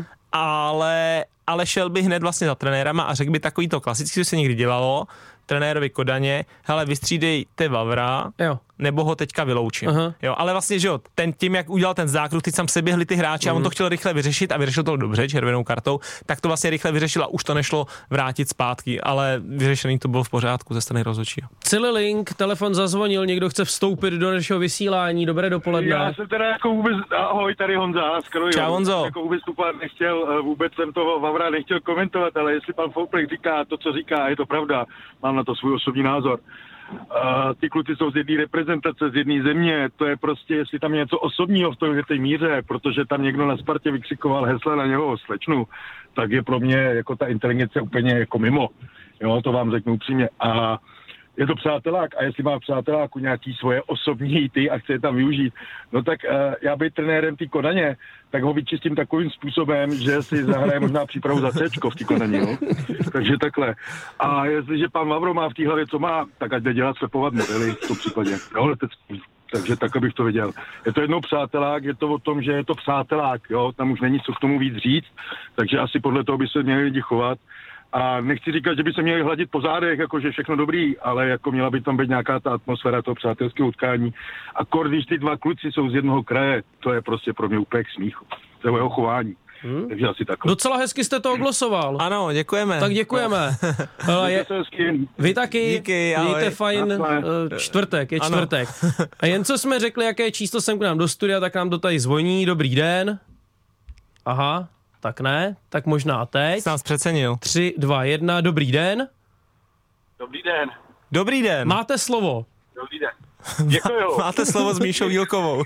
ale šel by hned vlastně za trenérama a řekl by takový to klasicky, co se někdy dělalo, trenérovi Kodaně, hele, vystřídejte Vavra, nebo ho teďka vyloučím. Jo, ale vlastně, že jo, tím, jak udělal ten zákrok, teď tam se běhli ty hráči a on to chtěl rychle vyřešit a vyřešil to dobře červenou kartou, tak to vlastně rychle vyřešil a už to nešlo vrátit zpátky, ale vyřešený to bylo v pořádku ze strany rozhodčího. Link, telefon zazvonil, někdo chce vstoupit do našeho vysílání, dobré dopoledne. Já jsem teda jako vůbec, ahoj, tady Honza, skoro. Čau, Honzo. Jako vůbec nechtěl, vůbec jsem toho Vavra nechtěl komentovat, ale jestli pan Fouplek říká to, co říká, je to pravda, mám na to svůj osobní názor. Ty kluci jsou z jedné reprezentace, z jedné země, to je prostě, jestli tam je něco osobního v té míře, protože tam někdo na Spartě vykřikoval hesla na něho slečnu, tak je pro mě jako ta inteligence úplně jako mimo. Jo, to vám řeknu upřímně. A je to přátelák a jestli má přáteláku nějaký svoje osobní ty a chce je tam využít, no tak já být trenérem té Kodaně, tak ho vyčistím takovým způsobem, že si zahraje možná přípravu za Cčko v té Kodani, jo. Takže takhle. A jestliže pan Vavro má v té hlavě, co má, tak ať jde dělat slepovat modely v tom případě. Jo, letecký. Takže tak, abych to věděl. Je to jednou přátelák, je to o tom, že je to přátelák, jo, tam už není co k tomu víc říct, takže asi podle toho by se měli lidi chovat. A nechci říkat, že by se měli hladit po zádech, jakože všechno dobrý, ale jako měla by tam být nějaká ta atmosféra toho přátelského utkání. A když ty dva kluci jsou z jednoho kraje, to je prostě pro mě úplně k smíchu. To je jeho chování. Takže asi takhle. Docela hezky jste to oglosoval. Ano, děkujeme. Tak děkujeme. Vy taky. Díky, mějte fajn čtvrtek, je čtvrtek. A jen co jsme řekli, jaké číslo sem k nám do studia, tak nám to tady zvoní. Dobrý den. Aha. Tak ne, tak možná teď. Jsi nás přecenil. 3, 2, 1, dobrý den. Dobrý den. Dobrý den. Máte slovo. Dobrý den. Děkuju. Máte slovo s Míšou Jílkovou.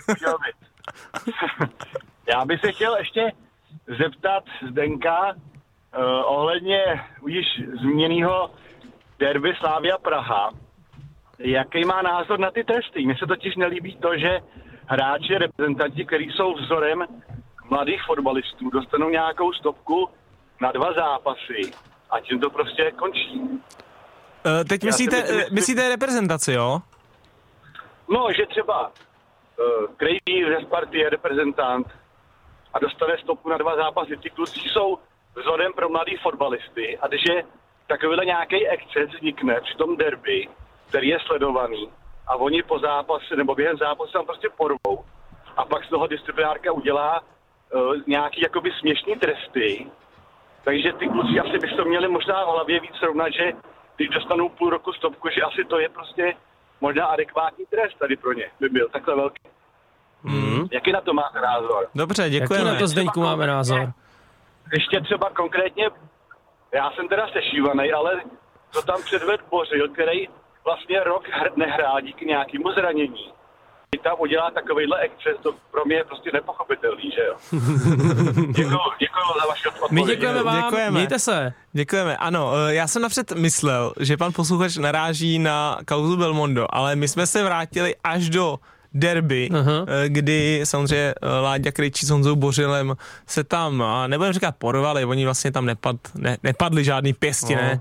Já bych se chtěl ještě zeptat Zdenka ohledně již zmíněného derby Slavia Praha. Jaký má názor na ty tresty? Mně se totiž nelíbí to, že hráči, reprezentanti, kteří jsou vzorem mladých fotbalistů, dostanou nějakou stopku na 2 zápasy a tím to prostě končí. Teď myslíte reprezentaci, jo? No, že třeba Krejví ze Sparty je reprezentant a dostane stopku na 2 zápasy. Ty kluci jsou vzorem pro mladý fotbalisty a když je takovýhle nějaký exces vznikne při tom derby, který je sledovaný a oni po zápase nebo během zápasu tam prostě porvou a pak z toho disciplinárka udělá nějaký jakoby směšný tresty, takže ty kluci asi by se měli možná v hlavě víc srovnat, že když dostanou půl roku stopku, že asi to je prostě možná adekvátní trest tady pro ně, by byl takhle velký. Jaký na to máte názor? Dobře, děkujeme. Jaký na to, Zdeňku, máme názor? Ještě třeba konkrétně, já jsem teda sešívanej, ale to tam předved Bořil, který vlastně rok nehrál díky nějakému zranění. Tam udělá takovejhle exces, to pro mě je prostě nepochopitelný, že jo? Děkuju za vaši odpověď. My děkujeme vám, mějte se. Děkujeme, ano, já jsem napřed myslel, že pan posluchač naráží na kauzu Belmondo, ale my jsme se vrátili až do derby, kdy samozřejmě Láďa Krejčí s Honzou Bořilem se tam, nebudem říkat porvali, oni vlastně tam nepadli žádný pěsti, ne?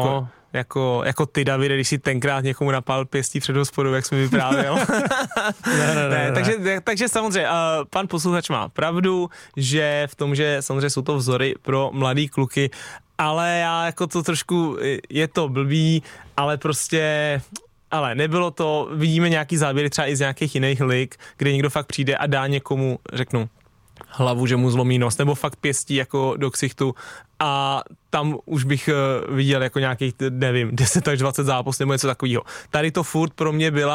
Jako ty, Davide, když si tenkrát někomu napál pěstí před hospodou, jak jsme vyprávěl. Ne. Takže samozřejmě pan posluchač má pravdu, že v tom, že samozřejmě jsou to vzory pro mladý kluky, ale já jako to trošku, je to blbý, ale prostě... Ale nebylo to, vidíme nějaký záběry třeba i z nějakých jiných lig, kde někdo fakt přijde a dá někomu, řeknu, hlavu, že mu zlomí nos, nebo fakt pěstí jako do ksichtu a tam už bych viděl jako nějakých, nevím, 10 až 20 zápasů nebo něco takového. Tady to furt pro mě byla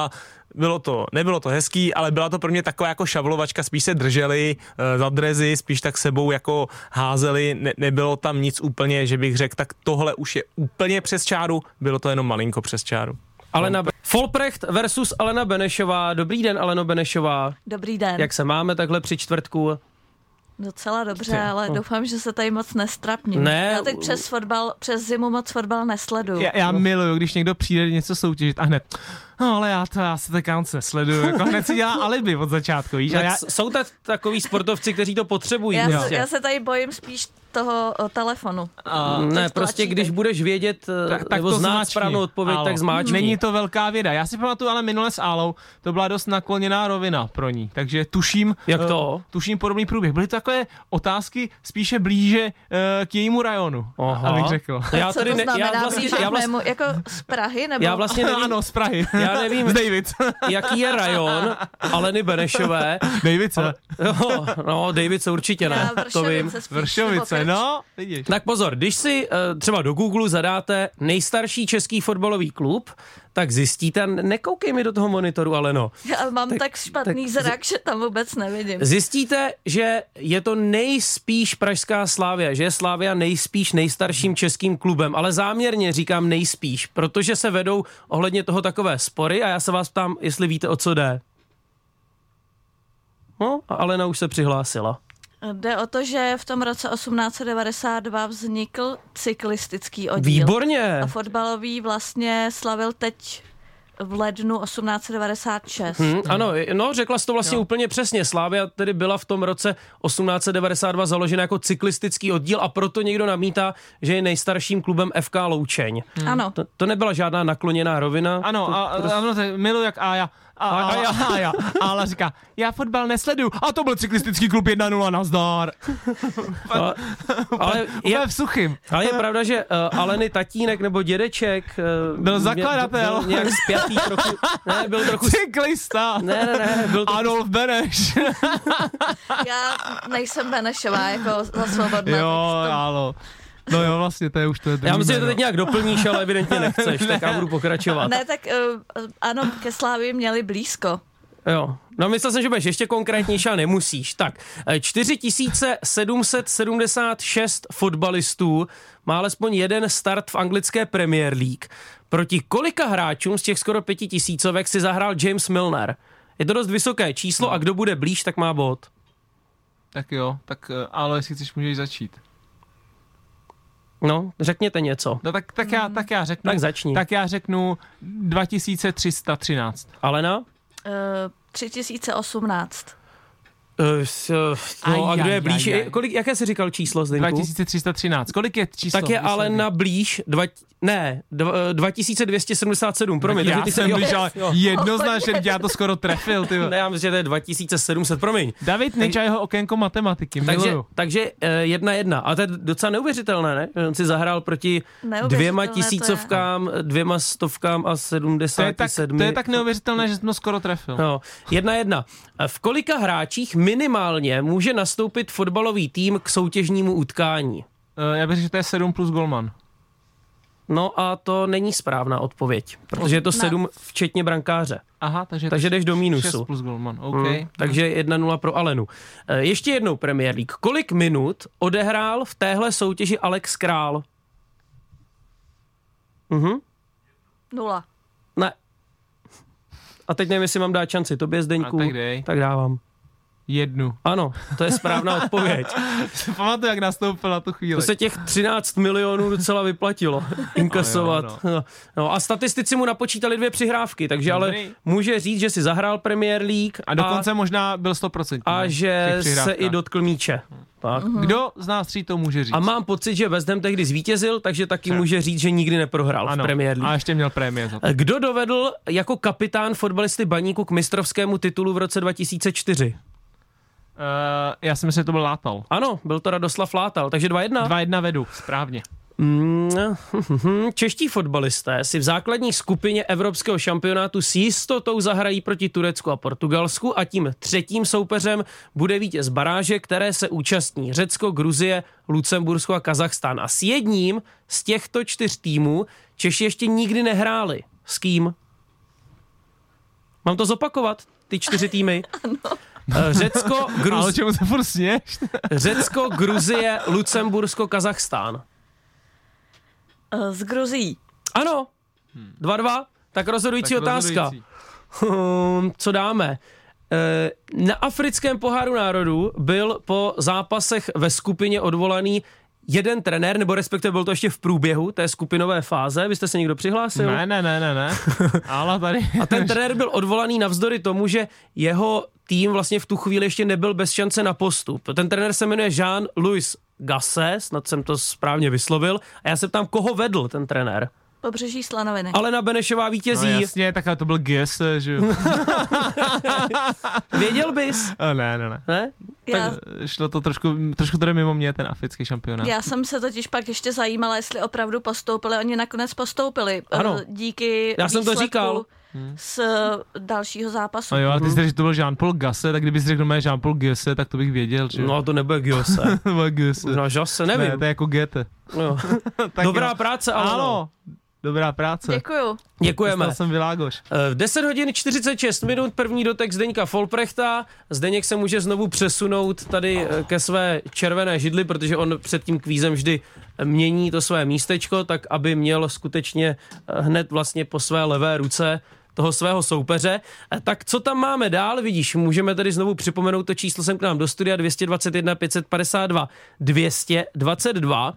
nebylo to hezký, ale byla to pro mě taková jako šavlovačka, spíš se drželi za drezy, spíš tak sebou jako házeli, nebylo tam nic úplně, že bych řekl, tak tohle už je úplně přes čáru, bylo to jenom malinko přes čáru. Folprecht versus Alena Benešová. Dobrý den, Aleno Benešová. Dobrý den. Jak se máme takhle při čtvrtku? Docela dobře, ale doufám, že se tady moc nestrapním. Ne. Já teď přes zimu moc fotbal nesleduju. Já miluju, když někdo přijde něco soutěžit a hned, no ale já se tak moc nesleduju, jako hned si dělá alibi od začátku, víš? Jsou takový sportovci, kteří to potřebují. Já se tady bojím spíš toho telefonu. Ne, prostě když budeš vědět nebo znát správnou odpověď, tak zmáčkni. Není to velká věda. Já si pamatuju, ale minule s Álou to byla dost nakloněná rovina pro ní, takže tuším, tuším podobný průběh. Byly to takové otázky spíše blíže k jejímu rajonu, abych řekl. Já vlastně jako z Prahy? Nebo? Já vlastně nevím. Ano, z Prahy. Já nevím, z David. Jaký je rajon Aleny Benešové. Davice. No, Davice určitě ne, to vím. Vršovice, no, vidíš. Tak pozor, když si třeba do Google zadáte nejstarší český fotbalový klub, tak zjistíte, nekoukej mi do toho monitoru, Aleno. Já mám tak špatný zrak, že tam vůbec nevidím. Zjistíte, že je to nejspíš pražská Slavia, že je Slavia nejspíš nejstarším českým klubem, ale záměrně říkám nejspíš, protože se vedou ohledně toho takové spory a já se vás ptám, jestli víte, o co jde. No, a Alena už se přihlásila. Jde o to, že v tom roce 1892 vznikl cyklistický oddíl. Výborně. A fotbalový vlastně slavil teď v lednu 1896. Ano, no řekla jsi to vlastně úplně přesně. Slavia tedy byla v tom roce 1892 založena jako cyklistický oddíl a proto někdo namítá, že je nejstarším klubem FK Loučeň. Ano. To nebyla žádná nakloněná rovina. Ano, ano, miluji jak Ája. Ale říká, já fotbal nesleduju. A to byl cyklistický klub 1-0, nazdar. Ale je v suchým. Ale je pravda, že Aleny tatínek nebo dědeček byl zakladatel. Byl nějak zpětý trochu. Ne, byl trochu... Cyklista. Ne. Byl trochu... Adolf Beneš. Já nejsem Benešová, jako za svobodná. Jo, ano. No jo, vlastně, to je už to. Já myslím, že to teď nějak doplníš, ale evidentně nechceš, tak já budu pokračovat. Ne, tak ano, ke Slávii měli blízko. Jo, no myslel jsem, že budeš ještě konkrétnější, ale nemusíš. Tak, 4776 fotbalistů má alespoň jeden start v anglické Premier League. Proti kolika hráčům z těch skoro 5000 si zahrál James Milner? Je to dost vysoké číslo a kdo bude blíž, tak má bod. Tak jo, tak ale jestli chceš, můžeš začít. No, řekněte něco. No tak já řeknu. Tak začni. Tak já řeknu 2313. Alena? 3018. No a kdo je blíž? Jaké jsi říkal číslo, Zdeňku? 2313. Kolik je číslo? Tak je Alena blíž, 2277, promiň. Já jsem blíž, ale jednoznačně, já to skoro trefil. Ne, já myslím, že to je 2700, promiň. David Niča, jeho okénko matematiky, takže 1-1. A to je docela neuvěřitelné, ne? On si zahrál proti 2000, 200 a 77. To je tak neuvěřitelné, že jsem to skoro trefil. No, 1-1. V kolika hráčích minimálně může nastoupit fotbalový tým k soutěžnímu utkání? Já bych řekl, že to je 7 plus golman. No a to není správná odpověď, protože je to 7 včetně brankáře. Aha, takže jdeš do mínusu. 6 plus golman, okay. Takže 1-0 pro Alenu. Ještě jednou Premier League. Kolik minut odehrál v téhle soutěži Alex Král? 0. Ne. A teď nevím, jestli mám dát šanci. Tobě, Zdeňku. Tak dávám. 1. Ano, to je správná odpověď. Pamatuju, jak nastoupil na tu chvíli. To se těch 13 milionů docela vyplatilo inkasovat. No a statistici mu napočítali 2 přihrávky, takže ale může říct, že si zahrál Premier League. A dokonce možná byl 100%. A že se i dotkl míče. Tak. Kdo z nás 3 to může říct? A mám pocit, že West Ham tehdy zvítězil, takže taky může říct, že nikdy neprohrál v Premier League. A ještě měl prémie za to. Kdo dovedl jako kapitán fotbalisty Baníku k mistrovskému titulu v roce 2004? Já si myslím, že to byl Látal. Ano, byl to Radoslav Látal, takže 2-1. 2-1 vedu, správně. Čeští fotbalisté si v základní skupině evropského šampionátu s jistotou zahrají proti Turecku a Portugalsku a tím třetím soupeřem bude vítěz baráže, které se účastní Řecko, Gruzie, Lucembursko a Kazachstán. A s jedním z těchto 4 týmů Češi ještě nikdy nehráli. S kým? Mám to zopakovat, ty 4 týmy? Ano. Řecko, Ale čemu se furt směš? Řecko, Gruzie, Lucembursko, Kazachstán. Z Gruzií. Ano, 2-2, tak rozhodující otázka. Co dáme? Na africkém poháru národů byl po zápasech ve skupině odvolaný jeden trenér, nebo respektive byl to ještě v průběhu té skupinové fáze. Vy jste se někdo přihlásil? Ne. Ale tady. A ten trenér byl odvolaný navzdory tomu, že jeho tým vlastně v tu chvíli ještě nebyl bez šance na postup. Ten trenér se jmenuje Jean-Louis Gasset, snad jsem to správně vyslovil. A já se ptám, koho vedl ten trenér? Pobřeží Slanoviny. Alena Benešová vítězí. No jasně, tak to byl Giese, že jo. Věděl bys? Ne? Tak šlo to trošku tady mimo mě, ten africký šampionát. Já jsem se totiž pak ještě zajímala, jestli opravdu postoupili. Oni nakonec postoupili. Ano. Díky Já jsem to říkal. Z dalšího zápasu. No jo, ale ty jsi řekl, že to byl Jean-Paul Gasset, tak kdybys řekl, že Jean-Paul Giese, tak to bych věděl, že? No to nebude Giese. To bude Giese. Možná Žase, nevím. Ne, to je jako Goethe. No. Dobrá práce, ale ano. Dobrá práce. Děkuju. Děkujeme. Dostal jsem Világoš. 10 hodin 46 minut, první dotek Zdeňka Folprechta. Zdeněk se může znovu přesunout tady ke své červené židli, protože on před tím kvízem vždy mění to své místečko, tak aby měl skutečně hned vlastně po své levé ruce toho svého soupeře. Tak co tam máme dál? Vidíš, můžeme tady znovu připomenout to číslo sem k nám do studia 221 552 222.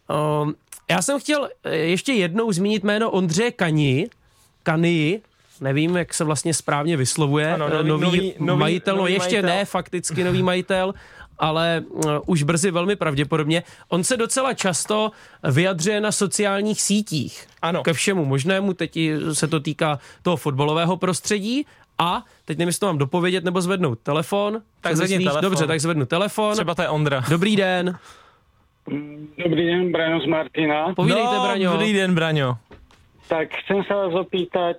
Já jsem chtěl ještě jednou zmínit jméno Ondřeje Kanii, nevím, jak se vlastně správně vyslovuje, ano, nový majitel, nový ještě majitel. ne fakticky nový majitel, ale už brzy velmi pravděpodobně. On se docela často vyjadřuje na sociálních sítích. Ano. Ke všemu možnému, teď se to týká toho fotbalového prostředí a teď nevím, jestli to mám dopovědět nebo zvednout telefon. Tak zvedni telefon. Dobře, tak zvednu telefon. Třeba to je Ondra. Dobrý den. Dobrý den, Braňo z Martina. Povídejte, Braňo. Dobrý den, Braňo. Tak chcem sa vás opýtať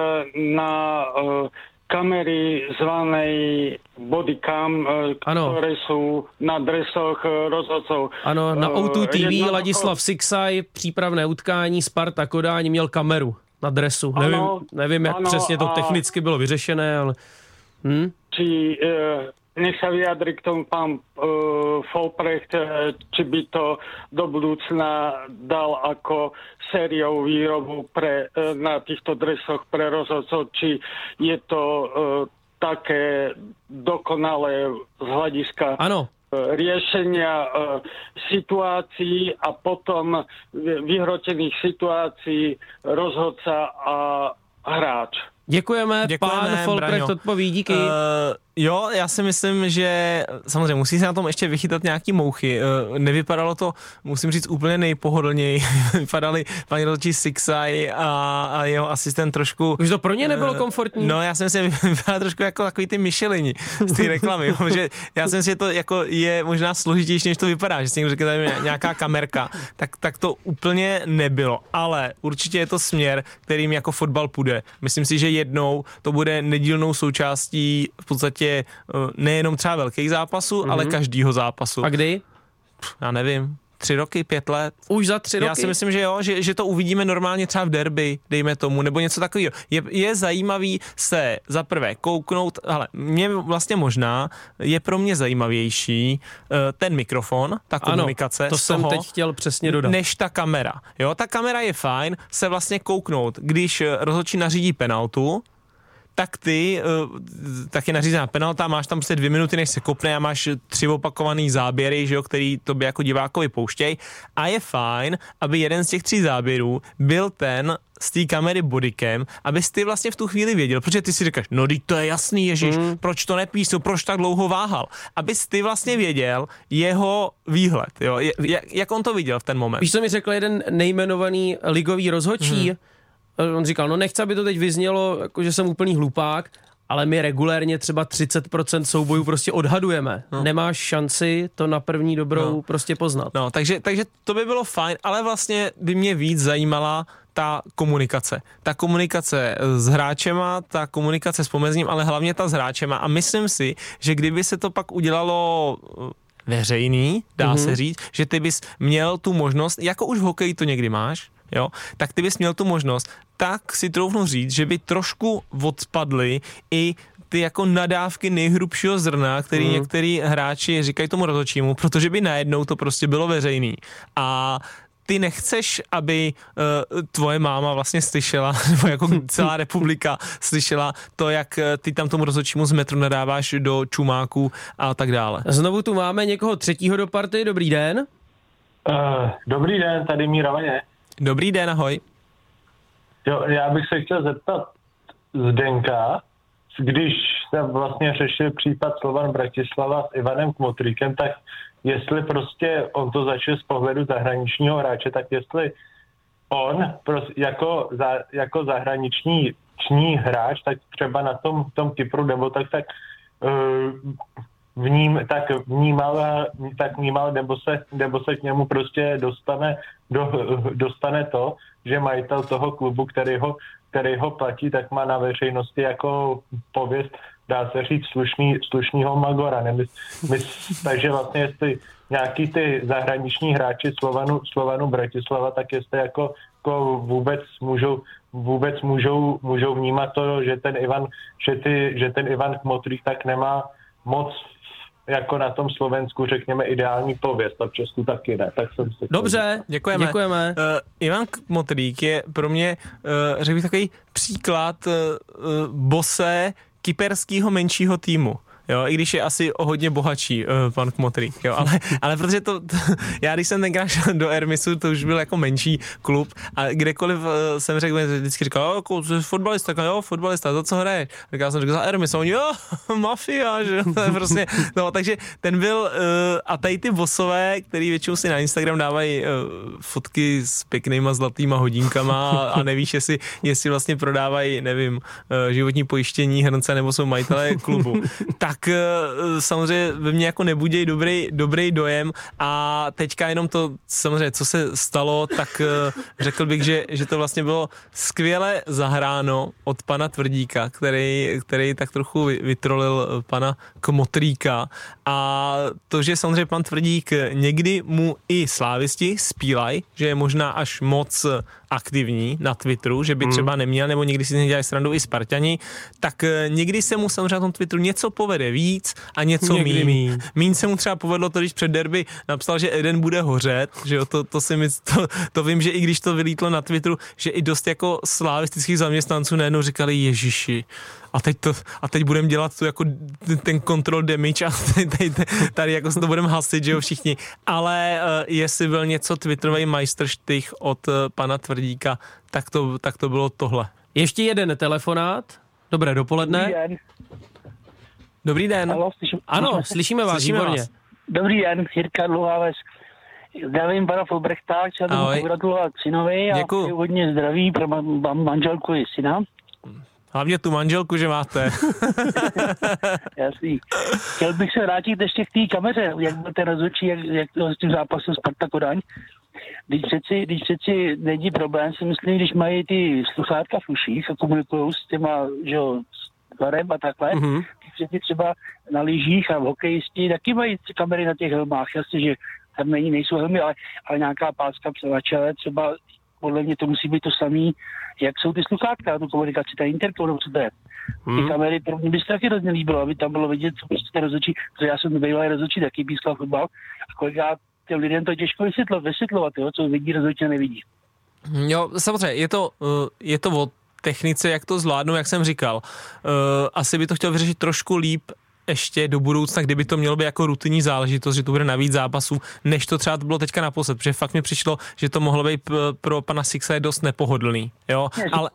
na kamery zvanej bodycam, ktoré sú na dresoch rozhodcov. Ano, na O2 TV Ladislav Siksaj, přípravné utkání Sparta Kodáň měl kameru na dresu. Nevím, jak přesně to technicky bylo vyřešené, ale... Či nech sa vyjadri k tomu pán Folprecht, či by to do budúcna dal ako sériovú výrobu na týchto dresoch pre rozhodcov, či je to také dokonalé z hľadiska riešenia situácií a potom vyhrotených situácií rozhodca a hráč. Děkujeme, pán Folprecht odpoví, díky. Jo, já si myslím, že samozřejmě musí se na tom ještě vychytat nějaký mouchy. Nevypadalo to, musím říct, úplně nejpohodlněji. Vypadali paní rozhodčí Siksaj a jeho asistent trošku... Už to pro ně nebylo komfortní? No, já si myslím, že vypadá trošku jako takový ty Michelini z té reklamy. Že já si myslím, že to jako je možná složitější, než to vypadá, že si někdo řekne, tady nějaká kamerka. Tak to úplně nebylo. Ale určitě je to směr, kterým jako fotbal půjde. Myslím si, že jednou to bude nedílnou součástí v podstatě nejenom třeba velkých zápasů, ale každýho zápasu. A kdy? Já nevím. 3 roky, 5 let. Už za 3 roky? Já si myslím, že jo, že to uvidíme normálně třeba v derby, dejme tomu, nebo něco takového. Je zajímavý se za prvé kouknout, ale mě vlastně možná je pro mě zajímavější ten mikrofon, ta komunikace. Ano, to jsem teď chtěl přesně dodat. Než ta kamera. Jo, ta kamera je fajn se vlastně kouknout, když rozhodčí nařídí penaltu, tak ty, tak je nařízená penalta, máš tam prostě 2 minuty, než se kopne a máš 3 opakovaný záběry, že jo, který tobě jako divákovi pouštěj. A je fajn, aby jeden z těch 3 záběrů byl ten z té kamery bodycam, abys ty vlastně v tu chvíli věděl, protože ty si říkáš, no teď to je jasný, ježiš, proč to nepíšu, proč tak dlouho váhal. Abys ty vlastně věděl jeho výhled, jo, jak on to viděl v ten moment. Víš, co mi řekl jeden nejmenovaný ligový rozhodčí? On říkal, no nechci, aby to teď vyznělo, jako že jsem úplný hlupák, ale my regulérně třeba 30% soubojů prostě odhadujeme. Nemáš šanci to na první dobrou prostě poznat. No, takže to by bylo fajn, ale vlastně by mě víc zajímala ta komunikace. Ta komunikace s hráčema, ta komunikace s pomezním, ale hlavně ta s hráčema. A myslím si, že kdyby se to pak udělalo veřejný, dá se říct, že ty bys měl tu možnost, jako už v hokeji to někdy máš, jo, tak ty bys měl tu možnost, tak si troufnu říct, že by trošku odpadly i ty jako nadávky nejhrubšího zrna, který některý hráči říkají tomu rozhodčímu, protože by najednou to prostě bylo veřejný. A ty nechceš, aby tvoje máma vlastně slyšela, nebo jako celá republika slyšela to, jak ty tam tomu rozhodčímu z metru nadáváš do čumáků a tak dále. Znovu tu máme někoho třetího do party. Dobrý den. Dobrý den, tady Míra Vaně. Dobrý den, ahoj. Jo, já bych se chtěl zeptat Zdenka, když se vlastně řešil případ Slovan Bratislava s Ivanem Kmotríkem, tak jestli prostě on to začal z pohledu zahraničního hráče, tak jestli on jako zahraniční hráč, tak třeba na tom Kypru nebo tak vnímal, nebo se k němu prostě dostane to, že majitel toho klubu, který ho platí, tak má na veřejnosti jako pověst, dá se říct, slušnýho magora. Takže vlastně jestli nějaký ty zahraniční hráči Slovanu Bratislava, tak jestli jako vůbec můžou vnímat to, že ten Ivan Kmotrík tak nemá moc jako na tom Slovensku, řekněme, ideální pověst, a v Česku taky ne. Tak jsem si Dobře, děkujeme. Ivan Kmotrík je pro mě, řekl bych, takový příklad bose kyperského menšího týmu. Jo, i když je asi o hodně bohatší pan Kmotrík, jo, ale protože já když jsem tenkrát šel do Ermisu, to už byl jako menší klub a kdekoliv jsem řekl, vždycky říkal, fotbalista, za co hraješ? Tak já jsem řekl, za Ermis, a oni, mafia, že prostě, no, takže ten byl, a tady ty bossové, který většinou si na Instagram dávají fotky s pěknýma zlatýma hodinkama a nevíš, jestli vlastně prodávají, nevím, životní pojištění hrnce nebo jsou majitelé klubu, tak samozřejmě ve mně jako nebuděj dobrý dojem a teďka jenom to samozřejmě, co se stalo, tak řekl bych, že to vlastně bylo skvěle zahráno od pana Tvrdíka, který tak trochu vytrolil pana Kmotríka, a to, že samozřejmě pan Tvrdík někdy mu i slávisti spílaj, že je možná až moc aktivní na Twitteru, že by třeba neměl, nebo někdy si nedělají srandu i Spartani, tak někdy se mu samozřejmě na tom Twitteru něco povede víc a něco míň. Míň se mu třeba povedlo to, když před derby napsal, že Eden bude hořet, že jo, to vím, že i když to vylítlo na Twitteru, že i dost jako slavistických zaměstnanců najednou říkali Ježiši, a teď budeme dělat tu jako ten control damage a tady jako se to budeme hasit, že jo, všichni. Ale jestli byl něco twitterový majstrštych od pana Tvrdíka, tak to bylo tohle. Ještě jeden telefonát. Dobré dopoledne. Dobrý den. Halo, ano, slyšíme vás. Dobrý den, Jirka Dluhávec. Zdravím pana Folbrechta, chtěl bych pogratulovat synovi a hodně zdraví pro manželku i syna. Hlavně tu manželku, že máte. Jasný. Chtěl bych se vrátit ještě k té kameře, jak byl ten rozhodčí, jak to s tím zápasem Sparta Kodaň. Když přeci není problém, si myslím, když mají ty sluchátka v uších a komunikují s těma, že jo, s varem a takhle, když přeci třeba na lyžích a v hokejisti taky mají kamery na těch helmách, jasně, že tam nejsou helmy, ale nějaká páska na čele, třeba podle mě to musí být to samý, jak jsou ty sluchátka na tu komunikaci, ta interkom, co to je. Ty kamery, pro mě by se taky hrozně líbilo, aby tam bylo vidět, co prostě ten rozhodčí, protože já jsem bývalý rozhodčí, taky pískal fotbal, a kolikrát těm lidem to těžko vysvětlovat, jo, co vidí rozhodčí a nevidí. Jo, samozřejmě, je to o technice, jak to zvládnou, jak jsem říkal. Asi by to chtěl vyřešit trošku líp ještě do budoucna, kdyby to mělo být jako rutinní záležitost, že to bude navíc zápasů, než to třeba bylo teďka naposled, protože fakt mi přišlo, že to mohlo být pro pana Sixa dost nepohodlný, jo,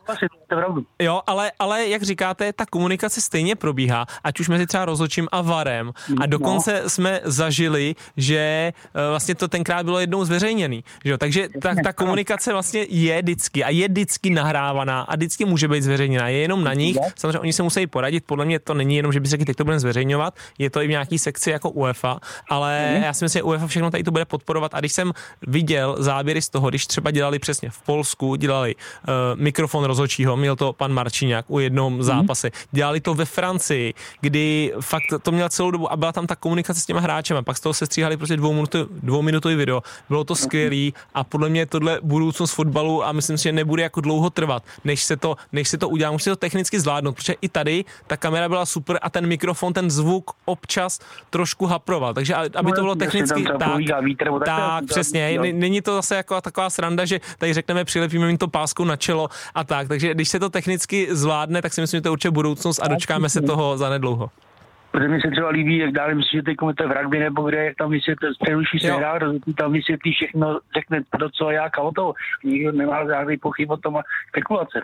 ale jak říkáte, ta komunikace stejně probíhá, ať už mezi třeba rozhodčím a VARem, a dokonce jsme zažili, že vlastně to tenkrát bylo jednou zveřejněný, že jo, takže ta komunikace vlastně je vždycky nahrávaná a vždycky může být zveřejněná, je jenom na nich, samozřejmě oni se musí poradit, podle mě to není jenom, že by se teď to budeme zveřejnit, zveřejňovat, je to i v nějaký sekci jako UEFA, ale já si myslím, že UEFA všechno tady to bude podporovat a když jsem viděl záběry z toho, když třeba dělali přesně v Polsku, dělali mikrofon rozhodčího, měl to pan Marčiňák u jednom zápase, dělali to ve Francii, kdy fakt to měl celou dobu a byla tam ta komunikace s těma hráčema, pak z toho se stříhali prostě dvouminutový video, bylo to skvělý a podle mě tohle budoucnost fotbalu a myslím si, že nebude jako dlouho trvat, než se to udělá, musí to technicky zvládnout, protože i tady ta kamera byla super a ten mikrofon, ten zvuk občas trošku haproval, takže aby to bylo technicky tak přesně, není to zase jako taková sranda, že tady řekneme, přilepíme jim to páskou na čelo a tak, takže když se to technicky zvládne, tak si myslím, že to je určitě budoucnost a dočkáme se toho zanedlouho. Protože mi se třeba líbí, jak dále myslím, že teď komentuje v rugby nebo kde, jak tam vysvětlí, přeruší se hra, tam vysvětlí všechno, řekne to, co, jak a o to. Nikdo nemá žádný pochyb o tom a spekulace.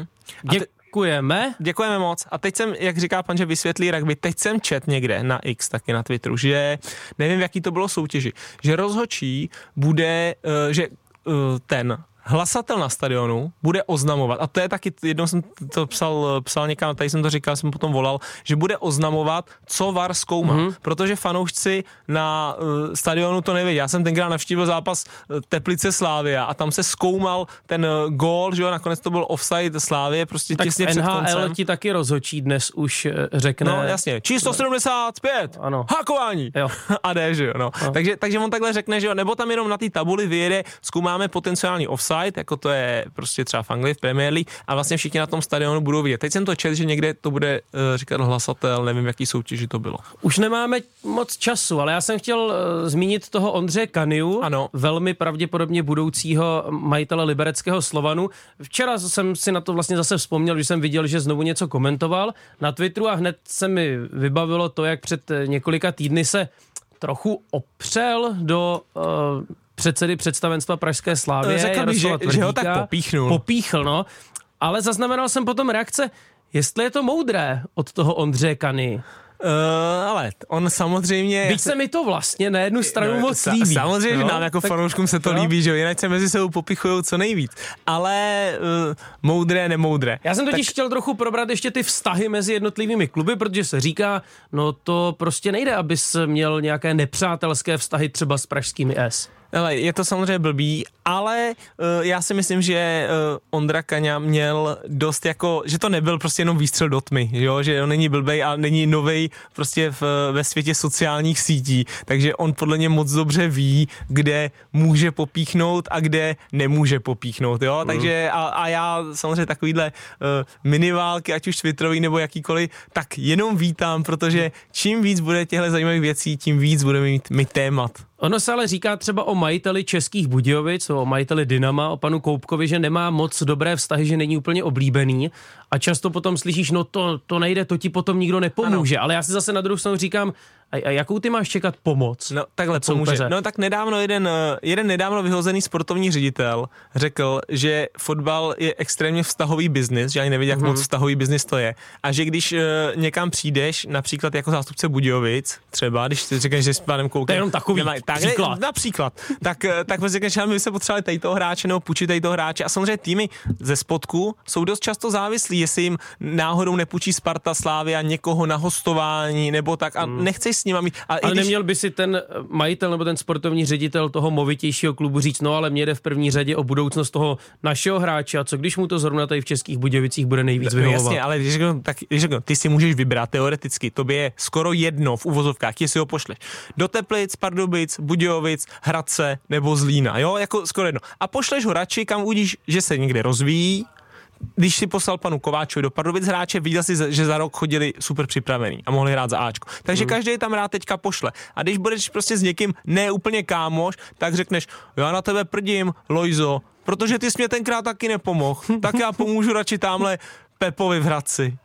Děkujeme moc. A teď jsem, jak říká pan, že vysvětlí rugby, teď jsem čet někde na X, taky na Twitteru, že nevím, v jaký to bylo soutěži, že rozhodčí bude, že ten hlasatel na stadionu bude oznamovat, a to je taky, jednou jsem to psal někam, tady jsem to říkal, jsem potom volal, že bude oznamovat, co VAR zkoumá, protože fanoušci na stadionu to nevědí. Já jsem tenkrát navštívil zápas Teplice Slavia a tam se zkoumal ten gól, že jo, nakonec to byl offside Slavie, prostě tak těsně před koncem. NHL ti taky rozhodčí dnes už řekne. No jasně, číslo 75, ano. hákování jo. a jde, že jo, no. Takže on takhle řekne, že jo, nebo tam jenom na té tabuli vyjede, zkoumáme potenciální offside, jako to je prostě třeba v Anglii, v Premier League a vlastně všichni na tom stadionu budou vidět. Teď jsem to četl, že někde to bude říkat hlasatel, nevím, jaký soutěži to bylo. Už nemáme moc času, ale já jsem chtěl zmínit toho Ondřeje Kaniu, velmi pravděpodobně budoucího majitele libereckého Slovanu. Včera jsem si na to vlastně zase vzpomněl, když jsem viděl, že znovu něco komentoval na Twitteru a hned se mi vybavilo to, jak před několika týdny se trochu opřel do předsedy představenstva Pražské Slávie. Řekl bych, že ho tak popíchl, no. Ale zaznamenal jsem potom reakce, jestli je to moudré od toho Ondřeje Kany. Ale on samozřejmě... Byť se mi to vlastně na jednu stranu moc líbí. Samozřejmě, že nám jako fanouškům se to líbí, že jo, jinak se mezi sebou popichujou co nejvíc. Ale moudré, nemoudré. Já jsem totiž chtěl trochu probrat ještě ty vztahy mezi jednotlivými kluby, protože se říká, no to prostě nejde, abys měl nějaké nepřátelské vztahy třeba s pražskými S. Ale je to samozřejmě blbý, ale já si myslím, že Ondra Kaňa měl dost jako, že to nebyl prostě jenom výstřel do tmy, jo? Že on není blbej a není novej prostě ve světě sociálních sítí, takže on podle mě moc dobře ví, kde může popíchnout a kde nemůže popíchnout, jo? Takže a já samozřejmě takovýhle miniválky, ať už twitterový nebo jakýkoliv, tak jenom vítám, protože čím víc bude těchto zajímavých věcí, tím víc budeme mít témat. Ono se ale říká třeba o majiteli Českých Budějovic, o majiteli Dynama, o panu Koupkovi, že nemá moc dobré vztahy, že není úplně oblíbený a často potom slyšíš, no to nejde, to ti potom nikdo nepomůže, ale já si zase na druhou stranu říkám, a jakou ty máš čekat pomoc? No takhle pomůže. No tak nedávno jeden nedávno vyhozený sportovní ředitel řekl, že fotbal je extrémně vztahový biznis, že ani nevědí, jak moc vztahový biznis to je. A že když někam přijdeš, například jako zástupce Budějovic, třeba, když si řekneš, že s panem Koupkem... To je jenom takový příklad. Například. Tak prostě řekneš, že my se potřebovali tady toho hráče nebo půjčit tady toho hráče. A samozřejmě týmy ze spodku jsou dost často závislí, jestli jim náhodou nepůjčí Sparta, Slavia někoho na hostování nebo tak a nechceš s nima mít. Ale neměl by si ten majitel nebo ten sportovní ředitel toho movitějšího klubu říct, no ale mě jde v první řadě o budoucnost toho našeho hráče a co když mu to zrovna tady v Českých Budějovicích bude nejvíc vyhovovat. Jasně, ale když řeknu, ty si můžeš vybrat teoreticky, tobě je skoro jedno v uvozovkách, jestli ho pošleš do Teplic, Pardubic, Budějovic, Hradce nebo Zlína, jo, jako skoro jedno. A pošleš ho radši, kam uvidíš, že se někde rozvíjí. Když si poslal panu Kováčovi do Pardubic hráče, viděl si, že za rok chodili super připravený a mohli hrát za Ačko. Takže každý tam rád teďka pošle. A když budeš prostě s někým ne úplně kámoš, tak řekneš, já na tebe prdím, Lojzo, protože ty jsi mě tenkrát taky nepomohl. Tak já pomůžu radši tamhle Pepovi v Hradci.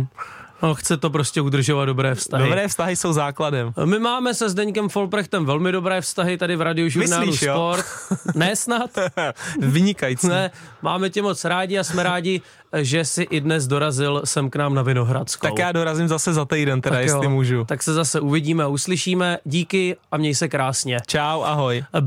No, chce to prostě udržovat dobré vztahy. Dobré vztahy jsou základem. My máme se Zdeňkem Folprechtem velmi dobré vztahy tady v Radiožurnálu Sport. Ne snad? Vynikající. Ne, máme tě moc rádi a jsme rádi, že jsi i dnes dorazil sem k nám na Vinohradskou. Tak já dorazím zase za týden, teda tak jestli můžu. Tak se zase uvidíme a uslyšíme. Díky a měj se krásně. Čau, ahoj.